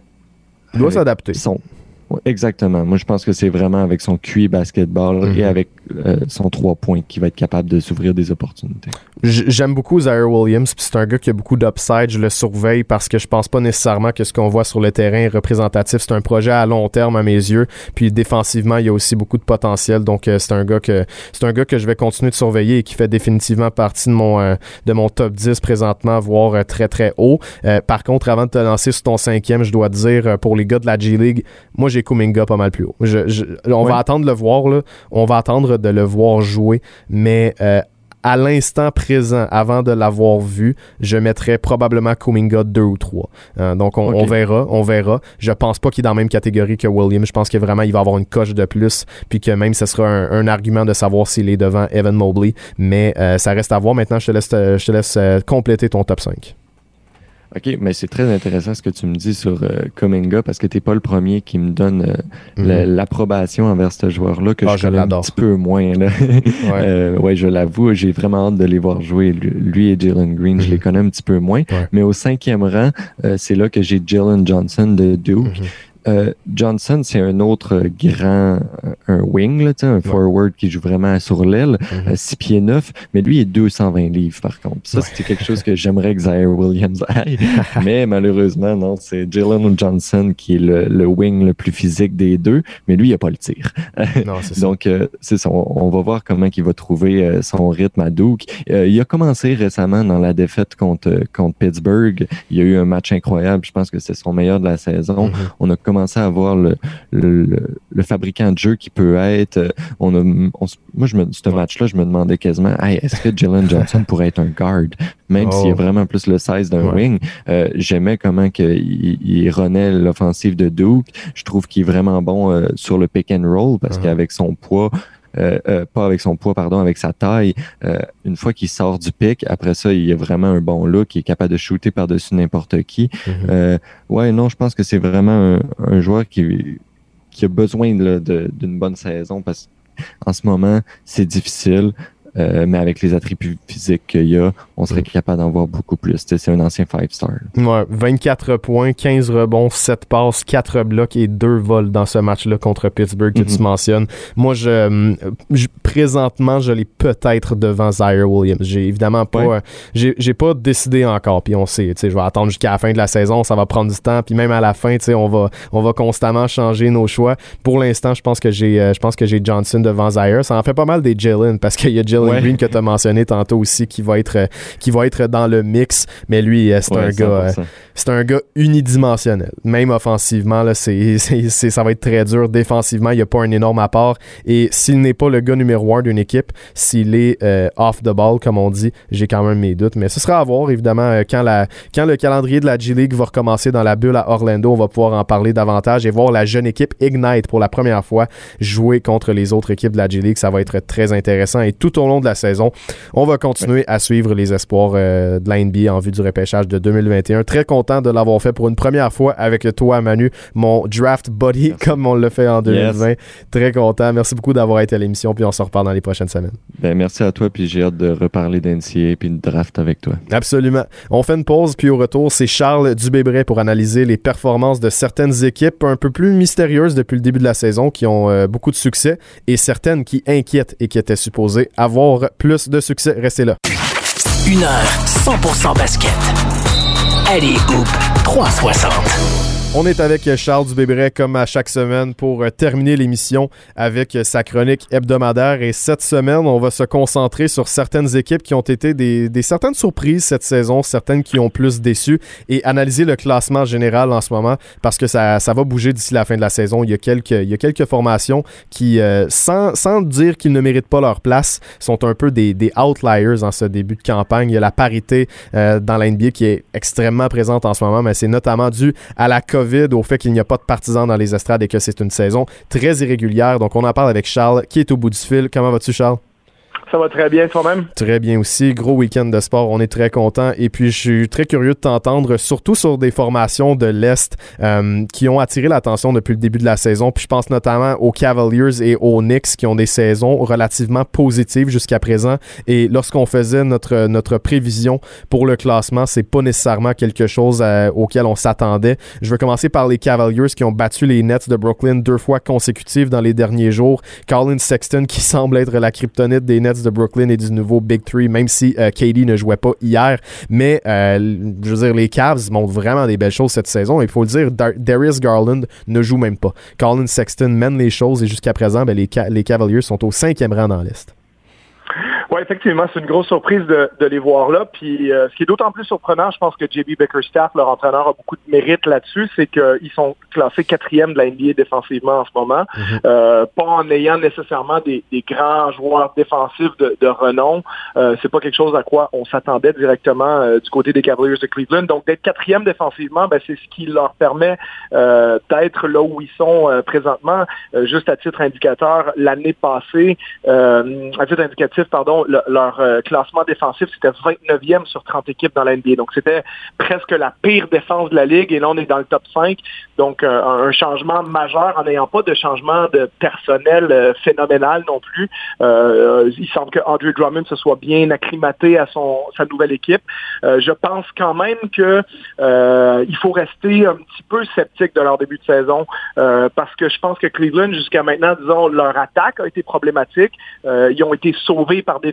il doit s'adapter. Son, Exactement. Moi, je pense que c'est vraiment avec son Q I basketball mm-hmm. et avec euh, son trois points qu'il va être capable de s'ouvrir des opportunités. J'aime beaucoup Zaire Williams, puis c'est un gars qui a beaucoup d'upside. Je le surveille parce que je pense pas nécessairement que ce qu'on voit sur le terrain est représentatif. C'est un projet à long terme à mes yeux. Puis défensivement, il y a aussi beaucoup de potentiel. Donc euh, c'est un gars que c'est un gars que je vais continuer de surveiller et qui fait définitivement partie de mon euh, de mon top dix présentement, voire euh, très très haut. Euh, par contre, avant de te lancer sur ton cinquième, je dois te dire euh, pour les gars de la G-League, moi j'ai Kuminga pas mal plus haut. Je, je, on ouais. va attendre de le voir là. On va attendre de le voir jouer, mais euh, à l'instant présent, avant de l'avoir vu, je mettrais probablement Kuminga deux ou trois. Euh, donc, on, okay. on verra, on verra. Je pense pas qu'il est dans la même catégorie que Williams. Je pense que vraiment, il va avoir une coche de plus, puis que même, ce sera un, un argument de savoir s'il est devant Evan Mobley. Mais euh, ça reste à voir. Maintenant, je te laisse, je te laisse euh, compléter ton top cinq. OK, mais c'est très intéressant ce que tu me dis sur euh, Kuminga, parce que t'es pas le premier qui me donne euh, mm-hmm. la, l'approbation envers ce joueur-là, que ah, je connais un petit peu moins. Là. ouais. euh, ouais, je l'avoue, j'ai vraiment hâte de les voir jouer. Lui et Jalen Green, mm-hmm. je les connais un petit peu moins. Ouais. Mais au cinquième rang, euh, c'est là que j'ai Jalen Johnson de Duke. Mm-hmm. Euh, Johnson, c'est un autre grand, un wing, là, un ouais. forward qui joue vraiment sur l'aile, mm-hmm. six pieds neuf, mais lui, il est deux cent vingt livres, par contre. Ça, ouais. c'était quelque chose que j'aimerais que Zaire Williams aille, mais malheureusement, non, c'est Jalen Johnson qui est le, le wing le plus physique des deux, mais lui, il n'a pas le tir. Non, c'est ça. Donc, euh, c'est ça, on, on va voir comment il va trouver euh, son rythme à Duke. Euh, il a commencé récemment dans la défaite contre, contre Pittsburgh. Il y a eu un match incroyable, je pense que c'est son meilleur de la saison. Mm-hmm. On a commencé à voir le, le, le, le fabricant de jeu qui peut être. On a, on, moi, je me, ce ouais. match-là, je me demandais quasiment, hey, est-ce que Jalen Johnson pourrait être un guard, même oh. s'il a vraiment plus le size d'un ouais. wing. Euh, j'aimais comment qu'il il renaît l'offensive de Duke. Je trouve qu'il est vraiment bon euh, sur le pick and roll parce uh-huh. qu'avec son poids, euh, euh, pas avec son poids, pardon, avec sa taille, euh, une fois qu'il sort du pick, après ça, il a vraiment un bon look, il est capable de shooter par-dessus n'importe qui. Uh-huh. Euh, ouais, non, je pense que c'est vraiment un, un joueur qui, qui a besoin là, de, d'une bonne saison parce qu'en ce moment, c'est difficile. Euh, mais avec les attributs physiques qu'il y a, on serait capable d'en voir beaucoup plus. T'sais, c'est un ancien five-star. Ouais, vingt-quatre points, quinze rebonds, sept passes, quatre blocs et deux vols dans ce match-là contre Pittsburgh que mm-hmm. tu mentionnes. Moi, je, je présentement, je l'ai peut-être devant Zaire Williams. J'ai évidemment pas, ouais. euh, j'ai, j'ai pas décidé encore. Puis on sait, tu sais, je vais attendre jusqu'à la fin de la saison, ça va prendre du temps. Puis même à la fin, tu sais, on va, on va constamment changer nos choix. Pour l'instant, je pense que j'ai, euh, je pense que j'ai Johnson devant Zaire. Ça en fait pas mal des Jalen parce qu'il y a Jalen Ouais. Green que tu as mentionné tantôt aussi qui va être qui va être dans le mix, mais lui c'est ouais, un gars euh, c'est un gars unidimensionnel, même offensivement là, c'est, c'est, c'est ça va être très dur. Défensivement, il n'y a pas un énorme apport et s'il n'est pas le gars numéro un d'une équipe, s'il est euh, off the ball comme on dit, j'ai quand même mes doutes, mais ce sera à voir évidemment euh, quand la quand le calendrier de la G-League va recommencer dans la bulle à Orlando, on va pouvoir en parler davantage et voir la jeune équipe Ignite pour la première fois jouer contre les autres équipes de la G-League. Ça va être très intéressant et tout au long de la saison, on va continuer ouais. à suivre les espoirs euh, de la N B A en vue du repêchage de deux mille vingt et un. Très content de l'avoir fait pour une première fois avec toi, Manu, mon draft buddy, merci. Comme on l'a fait en deux mille vingt. Yes. Très content. Merci beaucoup d'avoir été à l'émission, puis on se reparle dans les prochaines semaines. Ben, merci à toi, puis j'ai hâte de reparler d'N C A A puis de draft avec toi. Absolument. On fait une pause, puis au retour, c'est Charles Dubébret pour analyser les performances de certaines équipes un peu plus mystérieuses depuis le début de la saison, qui ont euh, beaucoup de succès, et certaines qui inquiètent et qui étaient supposées avoir plus de succès. Restez là. Une heure cent pour cent basket. Allez, Hoop trois cent soixante. On est avec Charles Dubébret comme à chaque semaine pour terminer l'émission avec sa chronique hebdomadaire. Et cette semaine, on va se concentrer sur certaines équipes qui ont été des, des certaines surprises cette saison, certaines qui ont plus déçu et analyser le classement général en ce moment parce que ça, ça va bouger d'ici la fin de la saison. Il y a quelques, il y a quelques formations qui, euh, sans, sans dire qu'ils ne méritent pas leur place, sont un peu des, des outliers en ce début de campagne. Il y a la parité euh, dans la N B A qui est extrêmement présente en ce moment, mais c'est notamment dû à la COVID, au fait qu'il n'y a pas de partisans dans les estrades et que c'est une saison très irrégulière. Donc, on en parle avec Charles, qui est au bout du fil. Comment vas-tu, Charles? Ça va très bien, toi-même? Très bien aussi. Gros week-end de sport. On est très content. Et puis, je suis très curieux de t'entendre, surtout sur des formations de l'Est euh, qui ont attiré l'attention depuis le début de la saison. Puis, je pense notamment aux Cavaliers et aux Knicks qui ont des saisons relativement positives jusqu'à présent. Et lorsqu'on faisait notre, notre prévision pour le classement, c'est pas nécessairement quelque chose euh, auquel on s'attendait. Je veux commencer par les Cavaliers qui ont battu les Nets de Brooklyn deux fois consécutives dans les derniers jours. Collin Sexton qui semble être la kryptonite des Nets de Brooklyn et du nouveau Big Three, même si euh, K D ne jouait pas hier. Mais, euh, je veux dire, les Cavs montrent vraiment des belles choses cette saison. Il faut le dire, Dar- Darius Garland ne joue même pas. Collin Sexton mène les choses et jusqu'à présent, ben, les, Ca- les Cavaliers sont au cinquième rang dans l'Est. Oui, effectivement, c'est une grosse surprise de, de les voir là. Puis, euh, ce qui est d'autant plus surprenant, je pense que J B Bickerstaff, leur entraîneur, a beaucoup de mérite là-dessus, c'est qu'ils sont classés quatrième de la N B A défensivement en ce moment, mm-hmm. euh, pas en ayant nécessairement des, des grands joueurs défensifs de, de renom. Euh, c'est pas quelque chose à quoi on s'attendait directement euh, du côté des Cavaliers de Cleveland. Donc, d'être quatrième défensivement, ben, c'est ce qui leur permet euh, d'être là où ils sont euh, présentement. Euh, juste à titre indicateur, l'année passée, euh, à titre indicatif, pardon, le, leur euh, classement défensif, c'était vingt-neuvième sur trente équipes dans la N B A. Donc, c'était presque la pire défense de la Ligue. Et là, on est dans le top cinq. Donc, euh, un changement majeur en n'ayant pas de changement de personnel euh, phénoménal non plus. Euh, il semble que Andre Drummond se soit bien acclimaté à son sa nouvelle équipe. Euh, je pense quand même que euh, il faut rester un petit peu sceptique de leur début de saison euh, parce que je pense que Cleveland, jusqu'à maintenant, disons, leur attaque a été problématique. Euh, ils ont été sauvés par des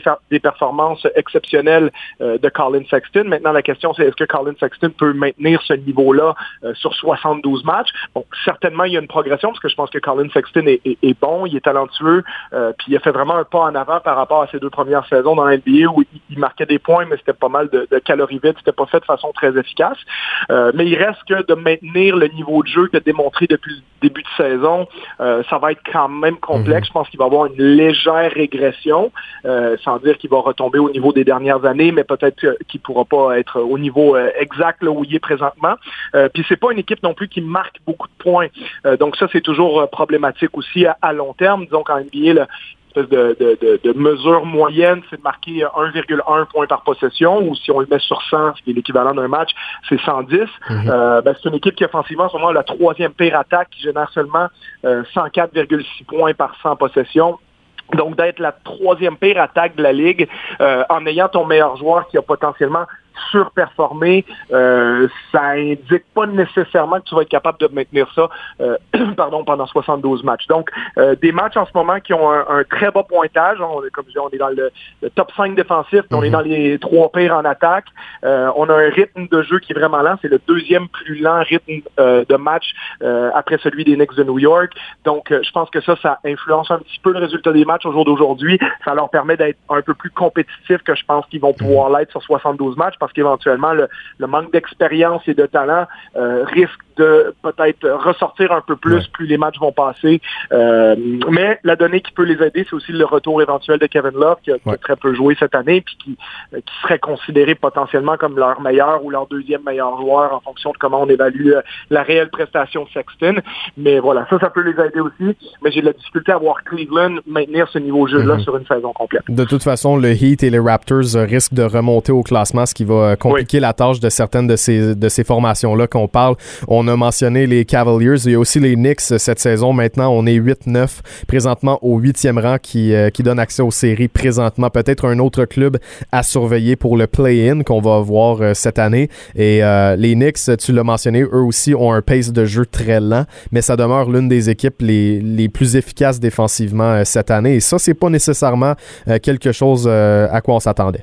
des performances exceptionnelles euh, de Colin Sexton. Maintenant, la question, c'est est-ce que Colin Sexton peut maintenir ce niveau-là euh, sur soixante-douze matchs? Bon, certainement, il y a une progression parce que je pense que Colin Sexton est, est, est bon, il est talentueux, euh, puis il a fait vraiment un pas en avant par rapport à ses deux premières saisons dans la N B A où il, il marquait des points, mais c'était pas mal de, de calories vides, c'était pas fait de façon très efficace. Euh, mais il reste que de maintenir le niveau de jeu qu'il a démontré depuis le début de saison, euh, ça va être quand même complexe. Mm-hmm. Je pense qu'il va y avoir une légère régression, euh, sans dire qu'il va retomber au niveau des dernières années, mais peut-être qu'il ne pourra pas être au niveau euh, exact là où il est présentement. Euh, puis c'est pas une équipe non plus qui marque beaucoup de points. Euh, donc ça, c'est toujours euh, problématique aussi à, à long terme. Disons qu'en N B A, là, espèce de, de, de, de mesure moyenne, c'est de marquer un virgule un point par possession, ou si on le met sur cent, ce qui est l'équivalent d'un match, c'est cent dix. Mm-hmm. Euh, ben, c'est une équipe qui offensivement, en ce moment, la troisième pire attaque, qui génère seulement euh, cent quatre virgule six points par cent possessions. Donc, d'être la troisième pire attaque de la Ligue, euh, en ayant ton meilleur joueur qui a potentiellement surperformer, euh, ça indique pas nécessairement que tu vas être capable de maintenir ça euh, pardon, pendant soixante-douze matchs. Donc, euh, des matchs en ce moment qui ont un, un très bas pointage. On, comme je dis, on est dans le, le top cinq défensif, mm-hmm. on est dans les trois pires en attaque. Euh, on a un rythme de jeu qui est vraiment lent. C'est le deuxième plus lent rythme euh, de match euh, après celui des Knicks de New York. Donc, euh, je pense que ça, ça influence un petit peu le résultat des matchs au jour d'aujourd'hui. Ça leur permet d'être un peu plus compétitifs que je pense qu'ils vont pouvoir l'être sur soixante-douze matchs, parce qu'éventuellement, le, le manque d'expérience et de talent euh, risque de peut-être ressortir un peu plus, ouais. plus les matchs vont passer. Euh, mais la donnée qui peut les aider, c'est aussi le retour éventuel de Kevin Love, qui a, ouais. qui a très peu joué cette année, puis qui, euh, qui serait considéré potentiellement comme leur meilleur ou leur deuxième meilleur joueur en fonction de comment on évalue euh, la réelle prestation de Sexton. Mais voilà, ça, ça peut les aider aussi. Mais j'ai de la difficulté à voir Cleveland maintenir ce niveau de jeu-là mm-hmm. sur une saison complète. De toute façon, le Heat et les Raptors risquent de remonter au classement, ce qui va compliquer oui. la tâche de certaines de ces, de ces formations-là qu'on parle. On a mentionné les Cavaliers, il y a aussi les Knicks cette saison. Maintenant, on est huit neuf, présentement au huitième rang, qui, euh, qui donne accès aux séries présentement. Peut-être un autre club à surveiller pour le play-in qu'on va voir euh, cette année. Et euh, les Knicks, tu l'as mentionné, eux aussi ont un pace de jeu très lent, mais ça demeure l'une des équipes les, les plus efficaces défensivement euh, cette année. Et ça, c'est pas nécessairement euh, quelque chose euh, à quoi on s'attendait.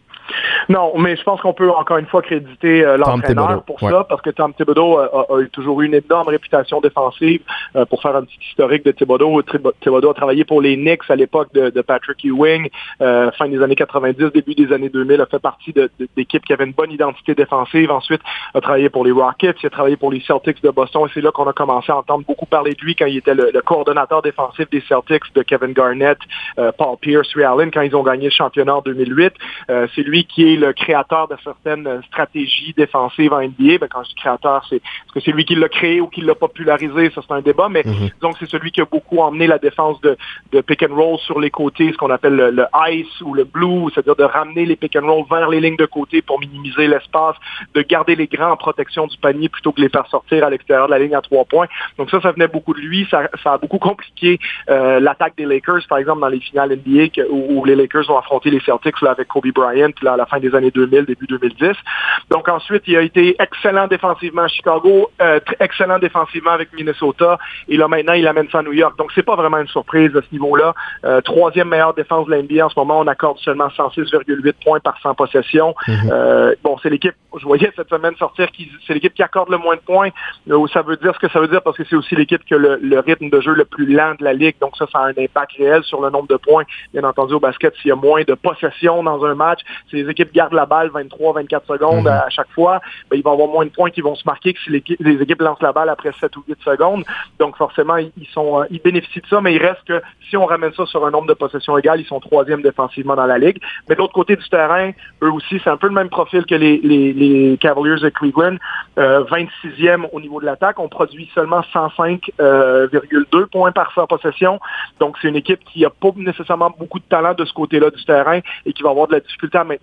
Non, mais je pense qu'on peut encore une fois créditer euh, l'entraîneur pour ouais. ça, parce que Tom Thibodeau a, a, a toujours eu une énorme réputation défensive. Euh, pour faire un petit historique de Thibodeau, Thibodeau a travaillé pour les Knicks à l'époque de, de Patrick Ewing, euh, fin des années quatre-vingt-dix, début des années deux mille, a fait partie de, de, d'équipes qui avaient une bonne identité défensive. Ensuite, a travaillé pour les Rockets, il a travaillé pour les Celtics de Boston, et c'est là qu'on a commencé à entendre beaucoup parler de lui quand il était le, le coordonnateur défensif des Celtics, de Kevin Garnett, euh, Paul Pierce, Ray Allen, quand ils ont gagné le championnat en deux mille huit. Euh, c'est lui qui est le créateur de certaines stratégies défensives en N B A. Ben, quand je dis créateur, c'est est-ce que c'est lui qui l'a créé ou qui l'a popularisé? Ça, c'est un débat, mais mm-hmm. donc c'est celui qui a beaucoup emmené la défense de, de pick and roll sur les côtés, ce qu'on appelle le, le ice ou le blue, c'est-à-dire de ramener les pick and roll vers les lignes de côté pour minimiser l'espace, de garder les grands en protection du panier plutôt que les faire sortir à l'extérieur de la ligne à trois points. Donc ça, ça venait beaucoup de lui. Ça, ça a beaucoup compliqué euh, l'attaque des Lakers, par exemple, dans les finales N B A que, où, où les Lakers ont affronté les Celtics là, avec Kobe Bryant là, à la fin des années deux mille, début deux mille dix. Donc ensuite, il a été excellent défensivement à Chicago, euh, excellent défensivement avec Minnesota, et là maintenant, il amène ça à New York. Donc c'est pas vraiment une surprise à ce niveau-là. Euh, troisième meilleure défense de la N B A en ce moment, on accorde seulement cent six virgule huit points par cent possessions. Mm-hmm. Euh, bon, c'est l'équipe, je voyais cette semaine sortir, qui, c'est l'équipe qui accorde le moins de points. Euh, ça veut dire ce que ça veut dire, parce que c'est aussi l'équipe qui a le, le rythme de jeu le plus lent de la Ligue. Donc ça, ça a un impact réel sur le nombre de points. Bien entendu, au basket, s'il y a moins de possessions dans un match, si les équipes gardent la balle vingt-trois à vingt-quatre secondes mm-hmm. à chaque fois, ben, il va y avoir moins de points qui vont se marquer que si les, les équipes lancent la balle après sept ou huit secondes. Donc forcément, ils, sont, euh, ils bénéficient de ça, mais il reste que si on ramène ça sur un nombre de possessions égal, ils sont troisième défensivement dans la Ligue. Mais de l'autre côté du terrain, eux aussi, c'est un peu le même profil que les, les, les Cavaliers de Cleveland. Euh, vingt-sixième au niveau de l'attaque. On produit seulement cent cinq virgule deux points par cent possession. Donc c'est une équipe qui n'a pas nécessairement beaucoup de talent de ce côté-là du terrain et qui va avoir de la difficulté à maintenir ce qu'ils ont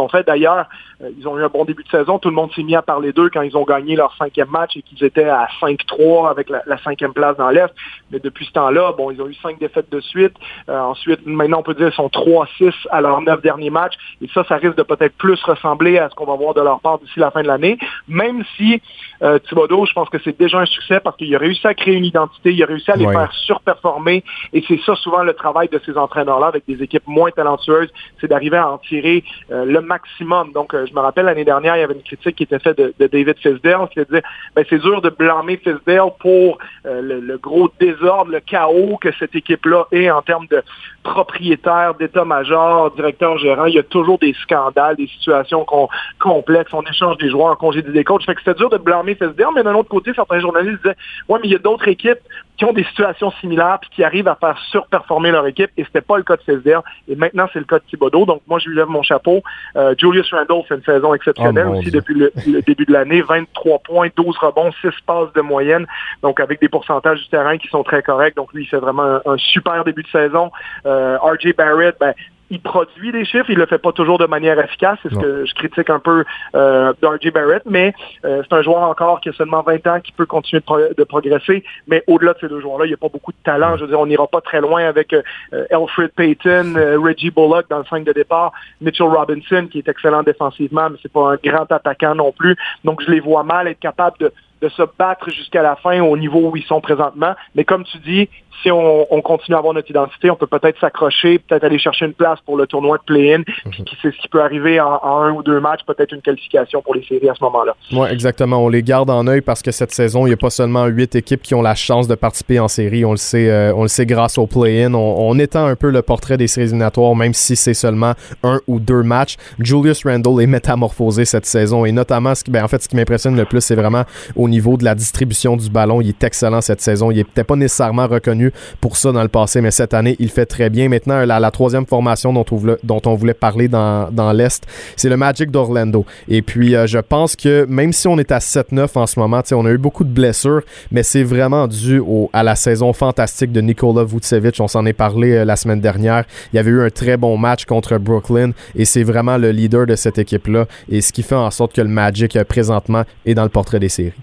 l'ont fait. D'ailleurs, euh, ils ont eu un bon début de saison. Tout le monde s'est mis à parler d'eux quand ils ont gagné leur cinquième match et qu'ils étaient à cinq trois avec la, la cinquième place dans l'Est. Mais depuis ce temps-là, bon, ils ont eu cinq défaites de suite. Euh, ensuite, maintenant, on peut dire qu'ils sont trois six à leurs neuf derniers matchs. Et ça, ça risque de peut-être plus ressembler à ce qu'on va voir de leur part d'ici la fin de l'année. Même si euh, Thibodeau, je pense que c'est déjà un succès parce qu'il a réussi à créer une identité, il a réussi à les ouais. faire surperformer. Et c'est ça souvent le travail de ces entraîneurs-là avec des équipes moins talentueuses, c'est d'arriver à en tirer euh, le maximum. Donc, euh, je me rappelle l'année dernière, il y avait une critique qui était faite de, de David Fizdale qui disait ben, c'est dur de blâmer Fizdale pour euh, le, le gros désordre, le chaos que cette équipe-là est en termes de propriétaire, d'état-major, directeur gérant. Il y a toujours des scandales, des situations com- complexes. On échange des joueurs, on congédie des coachs. Fait que c'était dur de blâmer Fizdale, mais d'un autre côté, certains journalistes disaient ouais, mais il y a d'autres équipes qui ont des situations similaires puis qui arrivent à faire surperformer leur équipe et c'était pas le cas de Fizdale et maintenant c'est le cas de Thibodeau. Donc moi je lui lève mon chapeau. Euh, Julius Randle fait une saison exceptionnelle oh, aussi Dieu. depuis le, le début de l'année, vingt-trois points, douze rebonds, six passes de moyenne, donc avec des pourcentages du terrain qui sont très corrects. Donc lui il fait vraiment un, un super début de saison. Euh, R J Barrett, ben il produit des chiffres, il le fait pas toujours de manière efficace, c'est ce non. que je critique un peu euh, d'R J Barrett, mais euh, c'est un joueur encore qui a seulement vingt ans, qui peut continuer de, pro- de progresser, mais au-delà de ces deux joueurs-là, il n'y a pas beaucoup de talent, je veux dire, on n'ira pas très loin avec euh, Elfrid Payton, euh, Reggie Bullock dans le cinq de départ, Mitchell Robinson qui est excellent défensivement, mais c'est pas un grand attaquant non plus, donc je les vois mal être capables de de se battre jusqu'à la fin au niveau où ils sont présentement. Mais comme tu dis, si on, on continue à avoir notre identité, on peut peut-être s'accrocher, peut-être aller chercher une place pour le tournoi de play-in, mm-hmm. puis c'est ce qui peut arriver en, en un ou deux matchs, peut-être une qualification pour les séries à ce moment-là. Oui, exactement. On les garde en œil parce que cette saison, il n'y a pas seulement huit équipes qui ont la chance de participer en série. On le sait, euh, on le sait grâce au play-in. On, on étend un peu le portrait des séries éliminatoires, même si c'est seulement un ou deux matchs. Julius Randle est métamorphosé cette saison et notamment, ce qui, ben, en fait, ce qui m'impressionne le plus, c'est vraiment au niveau de la distribution du ballon. Il est excellent cette saison. Il n'était pas nécessairement reconnu pour ça dans le passé, mais cette année, il fait très bien. Maintenant, la, la troisième formation dont on voulait, dont on voulait parler dans, dans l'Est, c'est le Magic d'Orlando. Et puis, euh, je pense que même si on est à sept neuf en ce moment, on a eu beaucoup de blessures, mais c'est vraiment dû au, à la saison fantastique de Nikola Vucevic. On s'en est parlé euh, la semaine dernière. Il y avait eu un très bon match contre Brooklyn et c'est vraiment le leader de cette équipe-là et ce qui fait en sorte que le Magic, euh, présentement, est dans le portrait des séries.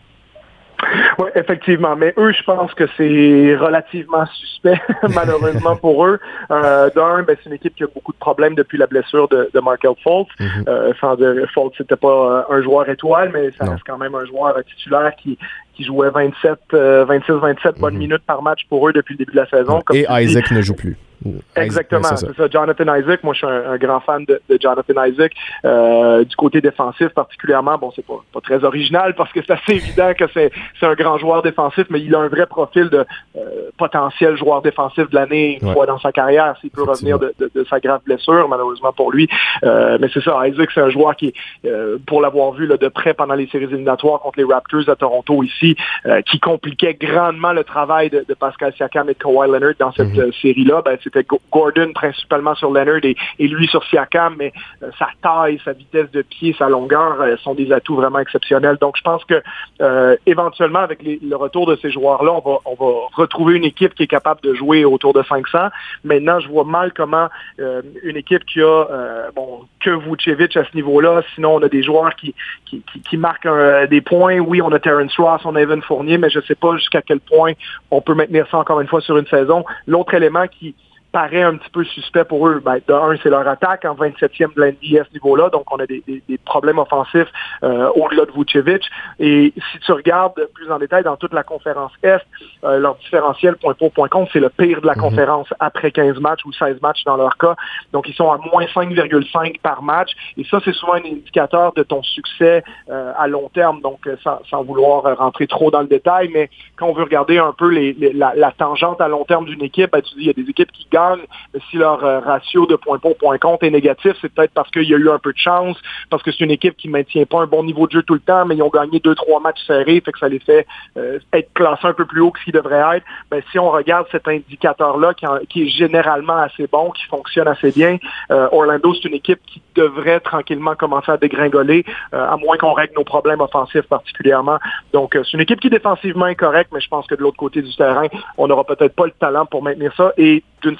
Oui, effectivement. Mais eux, je pense que c'est relativement suspect, malheureusement pour eux. Euh, d'un, ben, c'est une équipe qui a beaucoup de problèmes depuis la blessure de, de Markelle Fultz. Mm-hmm. Euh, sans dire, Fultz, c'était pas un joueur étoile, mais ça non. reste quand même un joueur titulaire qui qui jouait vingt-sept, vingt-six vingt-sept mm-hmm. bonnes minutes par match pour eux depuis le début de la saison. Ouais. Comme et Isaac dis. ne joue plus. Exactement, Isaac, c'est, ça. c'est ça. Jonathan Isaac, moi je suis un, un grand fan de, de Jonathan Isaac. Euh, du côté défensif particulièrement, bon c'est pas, pas très original parce que c'est assez évident que c'est, c'est un grand joueur défensif, mais il a un vrai profil de euh, potentiel joueur défensif de l'année une ouais. fois dans sa carrière, s'il peut revenir de, de, de sa grave blessure, malheureusement pour lui. Euh, mais c'est ça, Isaac c'est un joueur qui, euh, pour l'avoir vu là, de près pendant les séries éliminatoires contre les Raptors à Toronto ici, euh, qui compliquait grandement le travail de, de Pascal Siakam et de Kawhi Leonard dans cette mm-hmm. euh, série-là, ben, c'est C'était Gordon principalement sur Leonard et, et lui sur Siakam, mais euh, sa taille, sa vitesse de pied, sa longueur euh, sont des atouts vraiment exceptionnels. Donc je pense que euh, éventuellement avec les, le retour de ces joueurs-là, on va, on va retrouver une équipe qui est capable de jouer autour de cinq cents. Maintenant, je vois mal comment euh, une équipe qui a euh, bon que Vucevic à ce niveau-là, sinon on a des joueurs qui qui, qui, qui marquent un, des points. Oui, on a Terrence Ross, on a Evan Fournier, mais je ne sais pas jusqu'à quel point on peut maintenir ça encore une fois sur une saison. L'autre élément qui paraît un petit peu suspect pour eux. Ben, de un, c'est leur attaque en vingt-septième de l'N B A à ce niveau-là, donc on a des, des, des problèmes offensifs euh, au-delà de Vucevic. Et si tu regardes plus en détail dans toute la conférence Est, euh, leur différentiel point pour point contre, c'est le pire de la mm-hmm. conférence après quinze matchs ou seize matchs dans leur cas. Donc ils sont à moins cinq virgule cinq par match. Et ça, c'est souvent un indicateur de ton succès euh, à long terme, donc euh, sans, sans vouloir rentrer trop dans le détail, mais quand on veut regarder un peu les, les, la, la tangente à long terme d'une équipe, ben, tu dis il y a des équipes qui gagnent. Si leur euh, ratio de point pour point contre est négatif, c'est peut-être parce qu'il y a eu un peu de chance, parce que c'est une équipe qui ne maintient pas un bon niveau de jeu tout le temps, mais ils ont gagné deux, trois matchs serrés, fait que ça les fait euh, être classés un peu plus haut que ce qu'ils devraient être. Ben, si on regarde cet indicateur-là, qui, en, qui est généralement assez bon, qui fonctionne assez bien, euh, Orlando, c'est une équipe qui devrait tranquillement commencer à dégringoler, euh, à moins qu'on règle nos problèmes offensifs particulièrement. Donc, euh, c'est une équipe qui défensivement est correcte, mais je pense que de l'autre côté du terrain, on n'aura peut-être pas le talent pour maintenir ça, et d'une certaine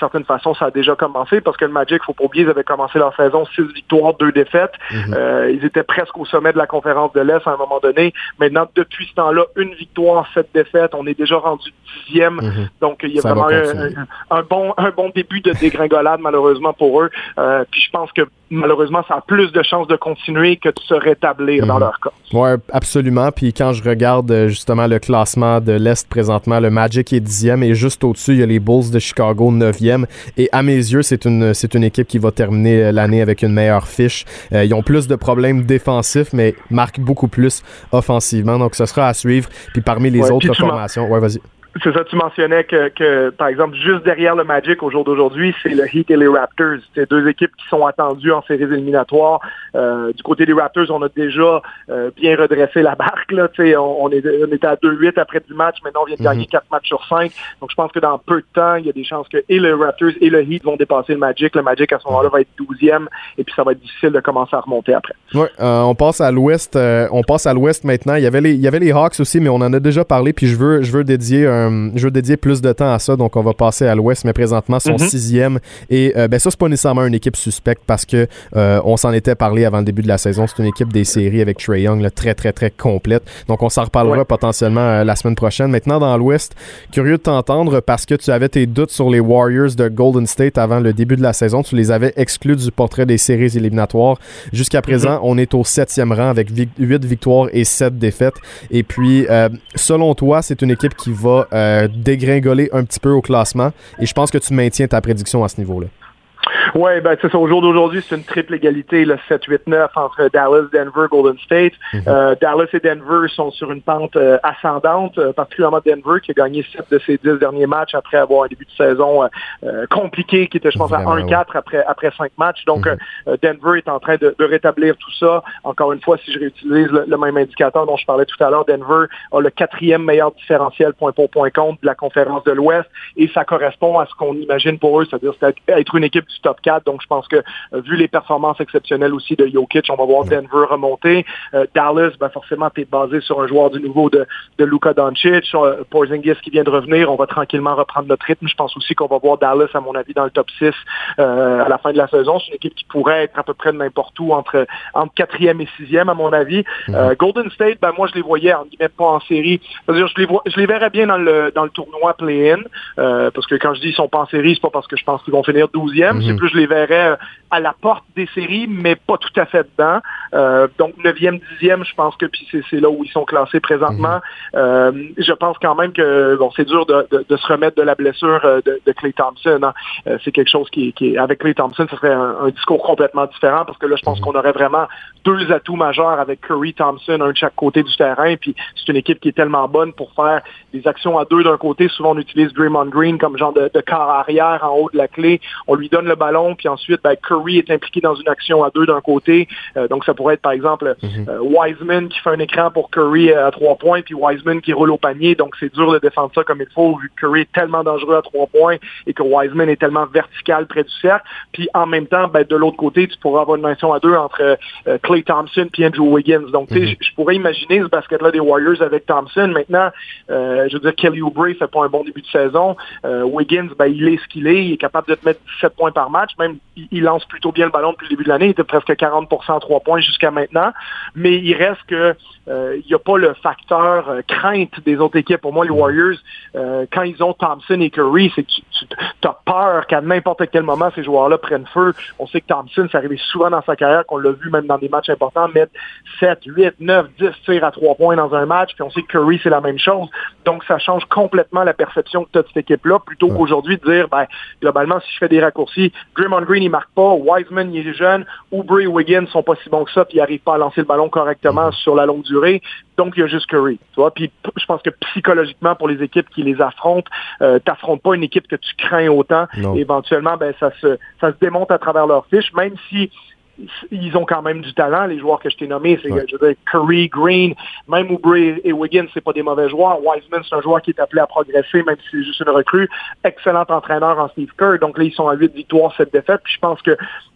certaine façon, ça a déjà commencé parce que le Magic, faut pas oublier, ils avaient commencé leur saison six victoires, deux défaites. Mm-hmm. Euh, ils étaient presque au sommet de la conférence de l'Est à un moment donné. Maintenant, depuis ce temps-là, une victoire, sept défaites. On est déjà rendu dixième. Mm-hmm. Donc, il y a ça vraiment un, un, bon, un bon début de dégringolade, malheureusement, pour eux. Euh, puis je pense que malheureusement, ça a plus de chances de continuer que de se rétablir mm-hmm. dans leur cas. Oui, absolument. Puis quand je regarde justement le classement de l'Est présentement, le Magic est dixième et juste au-dessus, il y a les Bulls de Chicago neuvième. Et à mes yeux, c'est une, c'est une équipe qui va terminer l'année avec une meilleure fiche. Euh, ils ont plus de problèmes défensifs, mais marquent beaucoup plus offensivement. Donc, ce sera à suivre. Puis parmi les ouais, autres formations... Ouais, vas-y. C'est ça, tu mentionnais que, que, par exemple, juste derrière le Magic au jour d'aujourd'hui, c'est le Heat et les Raptors. C'est deux équipes qui sont attendues en séries éliminatoires. Euh, du côté des Raptors, on a déjà euh, bien redressé la barque. Là, on, on, est, on était à deux huit après dix matchs. Maintenant, on vient de gagner quatre matchs sur cinq. Donc, je pense que dans peu de temps, il y a des chances que et les Raptors et le Heat vont dépasser le Magic. Le Magic, à ce moment-là, va être douzième. Et puis, ça va être difficile de commencer à remonter après. Oui, euh, on passe à l'Ouest. Euh, on passe à l'Ouest maintenant. Il y avait les, il y avait les Hawks aussi, mais on en a déjà parlé. Puis, je veux, je veux dédier un je veux dédier plus de temps à ça, donc on va passer à l'Ouest, mais présentement, ils sont mm-hmm. sixième. Et euh, ben ça, c'est pas nécessairement une équipe suspecte parce que euh, on s'en était parlé avant le début de la saison. C'est une équipe des séries avec Trae Young, là, très, très, très complète. Donc, on s'en reparlera ouais. potentiellement euh, la semaine prochaine. Maintenant, dans l'Ouest, curieux de t'entendre parce que tu avais tes doutes sur les Warriors de Golden State avant le début de la saison. Tu les avais exclus du portrait des séries éliminatoires. Jusqu'à présent, mm-hmm. on est au septième rang avec huit victoires et sept défaites. Et puis, euh, selon toi, c'est une équipe qui va euh, dégringoler un petit peu au classement et je pense que tu maintiens ta prédiction à ce niveau-là. Oui, ben c'est ça. Au jour d'aujourd'hui, c'est une triple égalité, le sept huit neuf entre Dallas, Denver, Golden State. Mm-hmm. Euh, Dallas et Denver sont sur une pente euh, ascendante, euh, particulièrement Denver qui a gagné sept de ses dix derniers matchs après avoir un début de saison euh, compliqué qui était, je pense, Vraiment, à un quatre ouais. après après cinq matchs. Donc, mm-hmm. euh, Denver est en train de, de rétablir tout ça. Encore une fois, si je réutilise le, le même indicateur dont je parlais tout à l'heure, Denver a le quatrième meilleur différentiel point pour point contre de la conférence de l'Ouest et ça correspond à ce qu'on imagine pour eux, c'est-à-dire être une équipe du top quatre. Donc, je pense que, euh, vu les performances exceptionnelles aussi de Jokic, on va voir Denver remonter. Euh, Dallas, ben forcément, t'es basé sur un joueur du niveau de, de Luka Doncic. Euh, Porzingis qui vient de revenir. On va tranquillement reprendre notre rythme. Je pense aussi qu'on va voir Dallas, à mon avis, dans le top six euh, à la fin de la saison. C'est une équipe qui pourrait être à peu près de n'importe où entre, entre quatrième et sixième, à mon avis. Mm-hmm. Euh, Golden State, ben moi, je les voyais, en guillemets, pas en série. C'est-à-dire, je les, vois, je les verrais bien dans le, dans le tournoi play-in. Euh, parce que quand je dis ils sont pas en série, c'est pas parce que je pense qu'ils vont finir douzième. Mm-hmm. C'est plus je les verrais à la porte des séries, mais pas tout à fait dedans. Euh, donc, neuvième, dixième, je pense que puis c'est, c'est là où ils sont classés présentement. Mm-hmm. Euh, je pense quand même que bon, c'est dur de, de, de se remettre de la blessure de, de Klay Thompson. Hein. Euh, c'est quelque chose qui, qui est avec Klay Thompson, ce serait un, un discours complètement différent parce que là, je pense mm-hmm. qu'on aurait vraiment deux atouts majeurs avec Curry, Thompson, un de chaque côté du terrain. Puis c'est une équipe qui est tellement bonne pour faire des actions à deux d'un côté. Souvent, on utilise Draymond Green comme genre de, de quart arrière en haut de la clé. On lui donne le ballon, puis ensuite, ben, Curry est impliqué dans une action à deux d'un côté. Euh, donc, ça pourrait être, par exemple, mm-hmm. euh, Wiseman qui fait un écran pour Curry à trois points, puis Wiseman qui roule au panier. Donc, c'est dur de défendre ça comme il faut, vu que Curry est tellement dangereux à trois points et que Wiseman est tellement vertical près du cercle. Puis, en même temps, ben, de l'autre côté, tu pourras avoir une action à deux entre euh, Klay Thompson puis Andrew Wiggins. Donc, tu sais, mm-hmm. je pourrais imaginer ce basket-là des Warriors avec Thompson. Maintenant, euh, je veux dire, Kelly Oubre fait pas un bon début de saison. Euh, Wiggins, ben, il est ce qu'il est. Il est capable de te mettre dix-sept points par match. Même, il, il lance plutôt bien le ballon depuis le début de l'année. Il était presque quarante pour cent à trois points jusqu'à maintenant. Mais il reste que euh, il n'y a pas le facteur euh, crainte des autres équipes. Pour moi, les Warriors, euh, quand ils ont Thompson et Curry, c'est que tu, tu as peur qu'à n'importe quel moment, ces joueurs-là prennent feu. On sait que Thompson, ça arrivait souvent dans sa carrière, qu'on l'a vu même dans des matchs importants, mettre sept, huit, neuf, dix tirs à trois points dans un match. Puis on sait que Curry, c'est la même chose. Donc, ça change complètement la perception que tu as de cette équipe-là, plutôt ouais. qu'aujourd'hui de dire, ben, globalement, si je fais des raccourcis, Draymond Green, il marque pas, Wiseman, il est jeune, Oubre et Wiggins sont pas si bons que ça, puis ils n'arrivent pas à lancer le ballon correctement mm-hmm. sur la longue durée. Donc, il y a juste Curry. Tu vois? Puis, je pense que psychologiquement, pour les équipes qui les affrontent, euh, t'affrontes pas une équipe que tu crains autant. Non. Et éventuellement, ben, ça se, ça se démonte à travers leurs fiches, même si ils ont quand même du talent, les joueurs que je t'ai nommés. C'est, ouais. je veux dire, Curry, Green, même Oubre et Wiggins, c'est pas des mauvais joueurs. Wiseman, c'est un joueur qui est appelé à progresser, même si c'est juste une recrue. Excellent entraîneur en Steve Kerr. Donc là, ils sont à huit victoires, sept défaites. Puis je pense que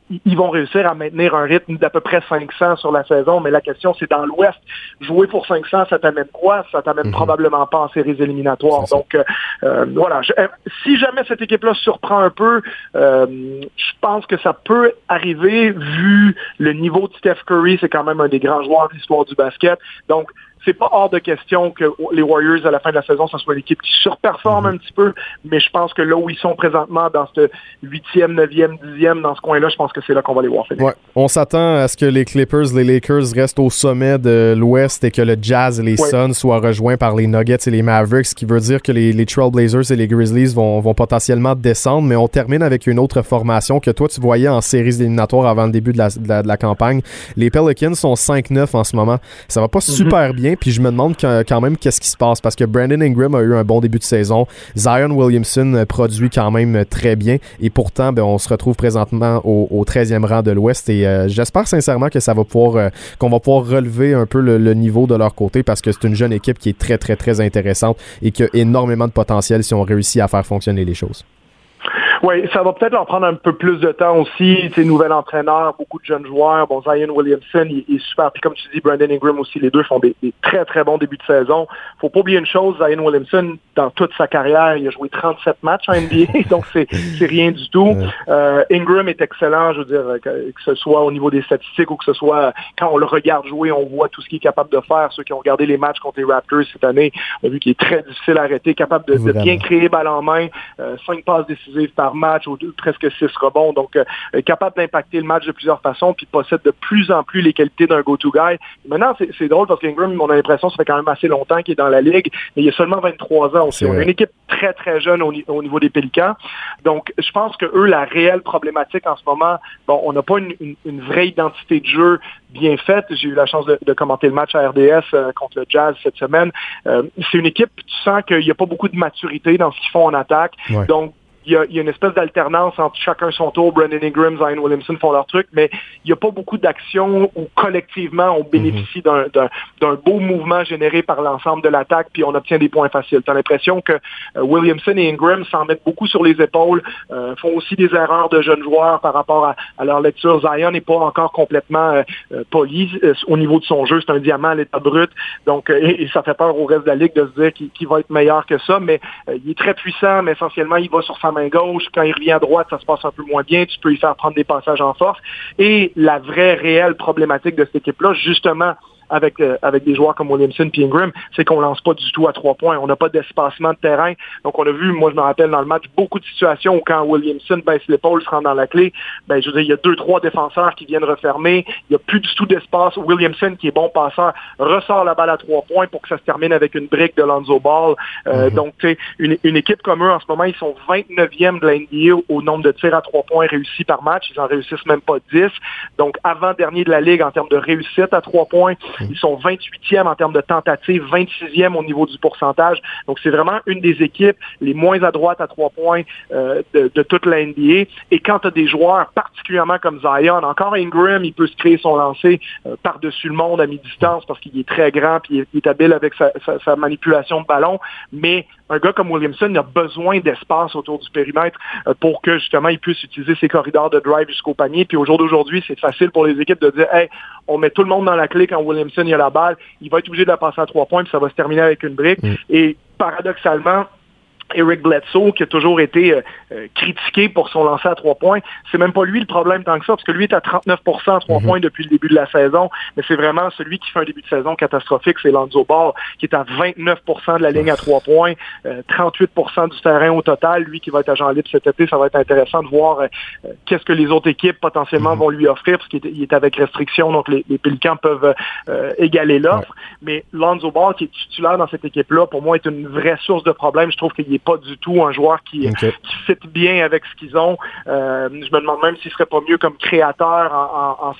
ils vont réussir à maintenir un rythme d'à peu près cinq cents sur la saison, mais la question, c'est dans l'Ouest, jouer pour cinq cents, ça t'amène quoi? Ça t'amène mm-hmm. probablement pas en séries éliminatoires. Donc, euh, voilà. Je, euh, si jamais cette équipe-là surprend un peu, euh, je pense que ça peut arriver, vu le niveau de Steph Curry, c'est quand même un des grands joueurs de l'histoire du basket. Donc, c'est pas hors de question que les Warriors, à la fin de la saison, ça soit une équipe qui surperforme mm-hmm. un petit peu, mais je pense que là où ils sont présentement, dans ce huitième, neuvième, dixième, dans ce coin-là, je pense que c'est là qu'on va les voir finir. Ouais. On s'attend à ce que les Clippers, les Lakers restent au sommet de l'Ouest et que le Jazz et les ouais. Suns soient rejoints par les Nuggets et les Mavericks, ce qui veut dire que les, les Trailblazers et les Grizzlies vont, vont potentiellement descendre, mais on termine avec une autre formation que toi, tu voyais en séries éliminatoires avant le début de la, de la, de la campagne. Les Pelicans sont cinq neuf en ce moment. Ça va pas mm-hmm. super bien. Puis je me demande quand même qu'est-ce qui se passe parce que Brandon Ingram a eu un bon début de saison. Zion Williamson produit quand même très bien et pourtant ben, on se retrouve présentement au, au treizième rang de l'Ouest et euh, j'espère sincèrement que ça va pouvoir euh, qu'on va pouvoir relever un peu le, le niveau de leur côté parce que c'est une jeune équipe qui est très très très intéressante et qui a énormément de potentiel si on réussit à faire fonctionner les choses. Oui, ça va peut-être leur prendre un peu plus de temps aussi. Tu sais, nouvel entraîneur, beaucoup de jeunes joueurs. Bon, Zion Williamson, il, il est super. Puis comme tu dis, Brandon Ingram aussi, les deux font des, des très, très bons débuts de saison. Faut pas oublier une chose, Zion Williamson, dans toute sa carrière, il a joué trente-sept matchs en N B A, donc c'est, c'est rien du tout. Euh, Ingram est excellent, je veux dire, que, que ce soit au niveau des statistiques ou que ce soit quand on le regarde jouer, on voit tout ce qu'il est capable de faire. Ceux qui ont regardé les matchs contre les Raptors cette année, on a vu qu'il est très difficile à arrêter, capable de, de bien créer balle en main, euh, cinq passes décisives par match, ou deux, presque six rebonds, donc euh, capable d'impacter le match de plusieurs façons, puis possède de plus en plus les qualités d'un go-to guy. Maintenant, c'est, c'est drôle parce qu'Ingram, on a l'impression, ça fait quand même assez longtemps qu'il est dans la ligue, mais il a seulement vingt-trois ans aussi. On a une équipe très, très jeune au, au niveau des Pélicans. Donc, je pense que eux, la réelle problématique en ce moment, bon, on n'a pas une, une, une vraie identité de jeu bien faite. J'ai eu la chance de, de commenter le match à R D S euh, contre le Jazz cette semaine. Euh, c'est une équipe, tu sens qu'il n'y a pas beaucoup de maturité dans ce qu'ils font en attaque. Ouais. Donc, Il y, a, il y a une espèce d'alternance entre chacun son tour. Brandon Ingram, Zion Williamson font leur truc, mais il n'y a pas beaucoup d'actions où collectivement on bénéficie mm-hmm. d'un, d'un, d'un beau mouvement généré par l'ensemble de l'attaque, puis on obtient des points faciles. Tu as l'impression que euh, Williamson et Ingram s'en mettent beaucoup sur les épaules, euh, font aussi des erreurs de jeunes joueurs par rapport à, à leur lecture. Zion n'est pas encore complètement euh, euh, poli euh, au niveau de son jeu. C'est un diamant à l'état brut, donc euh, et, et ça fait peur au reste de la ligue de se dire qu'il, qu'il va être meilleur que ça, mais euh, il est très puissant, mais essentiellement il va sur sa main gauche. Quand il revient à droite, ça se passe un peu moins bien. Tu peux lui faire prendre des passages en force. Et la vraie, réelle problématique de cette équipe-là, justement, avec euh, avec des joueurs comme Williamson et Ingram, c'est qu'on lance pas du tout à trois points. On n'a pas d'espacement de terrain. Donc, on a vu, moi, je me rappelle dans le match, beaucoup de situations où quand Williamson baisse l'épaule, se rend dans la clé, ben, je veux dire, il y a deux, trois défenseurs qui viennent refermer. Il n'y a plus du tout d'espace. Williamson, qui est bon passeur, ressort la balle à trois points pour que ça se termine avec une brique de Lonzo Ball. Euh, mm-hmm. Donc, tu sais, une, une équipe comme eux, en ce moment, ils sont vingt-neuvième de la N B A au, au nombre de tirs à trois points réussis par match. Ils en réussissent même pas dix. Donc, avant-dernier de la Ligue en termes de réussite à trois points. Ils sont vingt-huitième en termes de tentatives, vingt-sixième au niveau du pourcentage. Donc, c'est vraiment une des équipes les moins à droite à trois points euh, de, de toute la N B A. Et quand tu as des joueurs, particulièrement comme Zion, encore Ingram, il peut se créer son lancer euh, par-dessus le monde à mi-distance parce qu'il est très grand puis il est habile avec sa, sa, sa manipulation de ballon. Mais un gars comme Williamson, il a besoin d'espace autour du périmètre euh, pour que, justement, il puisse utiliser ses corridors de drive jusqu'au panier. Puis au jour d'aujourd'hui, c'est facile pour les équipes de dire « Hey, on met tout le monde dans la clé quand Williamson il a la balle, il va être obligé de la passer à trois points, puis ça va se terminer avec une brique. Mm. » Et paradoxalement, Eric Bledsoe, qui a toujours été euh, euh, critiqué pour son lancer à trois points, c'est même pas lui le problème tant que ça, parce que lui est à trente-neuf pour cent à trois mm-hmm. points depuis le début de la saison, mais c'est vraiment celui qui fait un début de saison catastrophique, c'est Lonzo Ball, qui est à vingt-neuf pour cent de la ligne à trois points, euh, trente-huit pour cent du terrain au total, lui qui va être agent libre cet été. Ça va être intéressant de voir euh, qu'est-ce que les autres équipes potentiellement mm-hmm. vont lui offrir, parce qu'il est, il est avec restriction, donc les, les Pélicans peuvent euh, égaler l'offre, ouais. mais Lonzo Ball, qui est titulaire dans cette équipe-là, pour moi est une vraie source de problème. Je trouve qu'il n'est pas du tout un joueur qui, okay. qui fit bien avec ce qu'ils ont. Euh, je me demande même s'il serait pas mieux comme créateur en, en, en sortie de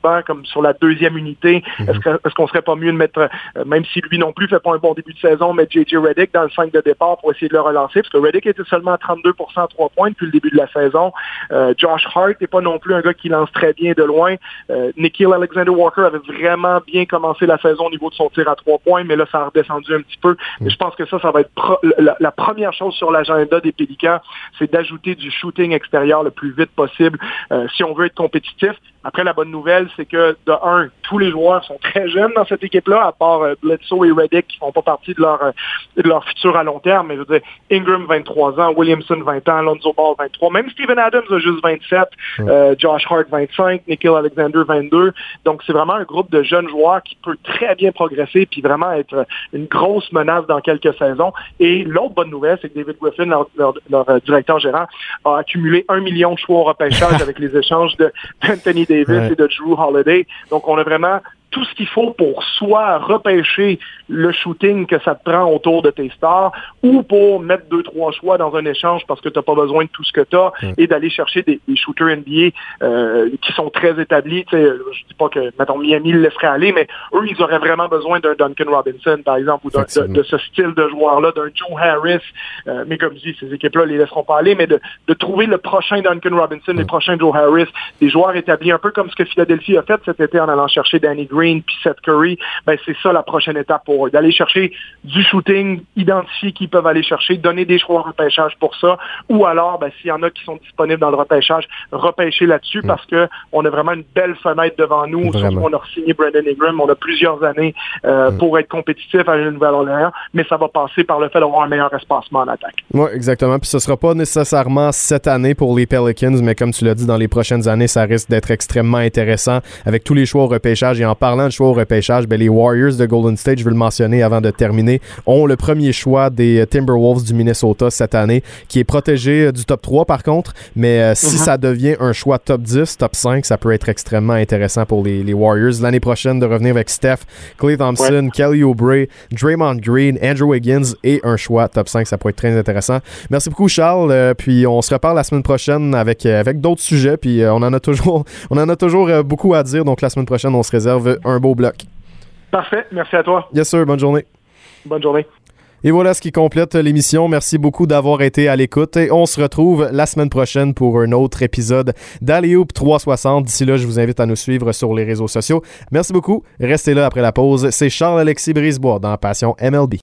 banc comme sur la deuxième unité. Mm-hmm. Est-ce, que, est-ce qu'on serait pas mieux de mettre, euh, même si lui non plus fait pas un bon début de saison, mettre J J Redick dans le cinq de départ pour essayer de le relancer, parce que Redick était seulement à trente-deux pour cent à trois points depuis le début de la saison. Euh, Josh Hart n'est pas non plus un gars qui lance très bien de loin. Euh, Nickeil Alexander-Walker avait vraiment bien commencé la saison au niveau de son tir à trois points, mais là, ça a redescendu un petit peu. Mais je pense que ça, ça va être pro- la, la première chose sur l'agenda des Pélicans, c'est d'ajouter du shooting extérieur le plus vite possible euh, si on veut être compétitif. Après, la bonne nouvelle, c'est que, de un, tous les joueurs sont très jeunes dans cette équipe-là, à part euh, Bledsoe et Redick, qui font pas partie de leur, euh, de leur futur à long terme. Mais je veux dire, Ingram, vingt-trois ans, Williamson, vingt ans, Lonzo Ball, vingt-trois. Même Steven Adams a juste vingt-sept, euh, Josh Hart, vingt-cinq, Nickeil Alexander, vingt-deux. Donc, c'est vraiment un groupe de jeunes joueurs qui peut très bien progresser puis vraiment être une grosse menace dans quelques saisons. Et l'autre bonne nouvelle, c'est que David Griffin, leur, leur, leur directeur gérant, a accumulé un million de choix au repêchage avec les échanges de d'Anthony Davis ouais. et de Drew Holiday. Donc, on a vraiment tout ce qu'il faut pour soit repêcher le shooting que ça te prend autour de tes stars ou pour mettre deux, trois choix dans un échange parce que tu n'as pas besoin de tout ce que tu as mm. et d'aller chercher des, des shooters N B A euh, qui sont très établis. Tu sais, je dis pas que, mettons, Miami le laisserait aller, mais eux, ils auraient vraiment besoin d'un Duncan Robinson, par exemple, ou d'un, de, de ce style de joueur-là, d'un Joe Harris. Euh, mais comme je dis, ces équipes-là les laisseront pas aller, mais de, de trouver le prochain Duncan Robinson, mm. les prochains Joe Harris, des joueurs établis, un peu comme ce que Philadelphie a fait cet été en allant chercher Danny Green puis Seth Curry, ben c'est ça la prochaine étape pour eux, d'aller chercher du shooting, identifier qui peuvent aller chercher, donner des choix au repêchage pour ça, ou alors, ben, s'il y en a qui sont disponibles dans le repêchage, repêcher là-dessus mm. parce que on a vraiment une belle fenêtre devant nous. Surtout on a signé Brandon Ingram, on a plusieurs années euh, mm. pour être compétitif à la Nouvelle-Orléans, mais ça va passer par le fait d'avoir un meilleur espacement en attaque. Oui, exactement. Puis ce sera pas nécessairement cette année pour les Pelicans, mais comme tu l'as dit, dans les prochaines années, ça risque d'être extrêmement intéressant avec tous les choix au repêchage. Et en parlant de choix au repêchage, ben les Warriors de Golden State, je veux le mentionner avant de terminer, ont le premier choix des Timberwolves du Minnesota cette année, qui est protégé du top trois par contre, mais euh, si mm-hmm. ça devient un choix top dix, top cinq, ça peut être extrêmement intéressant pour les, les Warriors. L'année prochaine, de revenir avec Steph, Klay Thompson, ouais. Kelly Oubre, Draymond Green, Andrew Wiggins et un choix top cinq, ça pourrait être très intéressant. Merci beaucoup Charles, euh, puis on se reparle la semaine prochaine avec, euh, avec d'autres sujets, puis euh, on en a toujours, on en a toujours euh, beaucoup à dire, donc la semaine prochaine, on se réserve un beau bloc. Parfait, merci à toi. Yes sir, bonne journée. Bonne journée. Et voilà ce qui complète l'émission. Merci beaucoup d'avoir été à l'écoute et on se retrouve la semaine prochaine pour un autre épisode d'Alley-Oop trois cent soixante. D'ici là, je vous invite à nous suivre sur les réseaux sociaux. Merci beaucoup. Restez là après la pause. C'est Charles-Alexis Brisebois dans Passion M L B.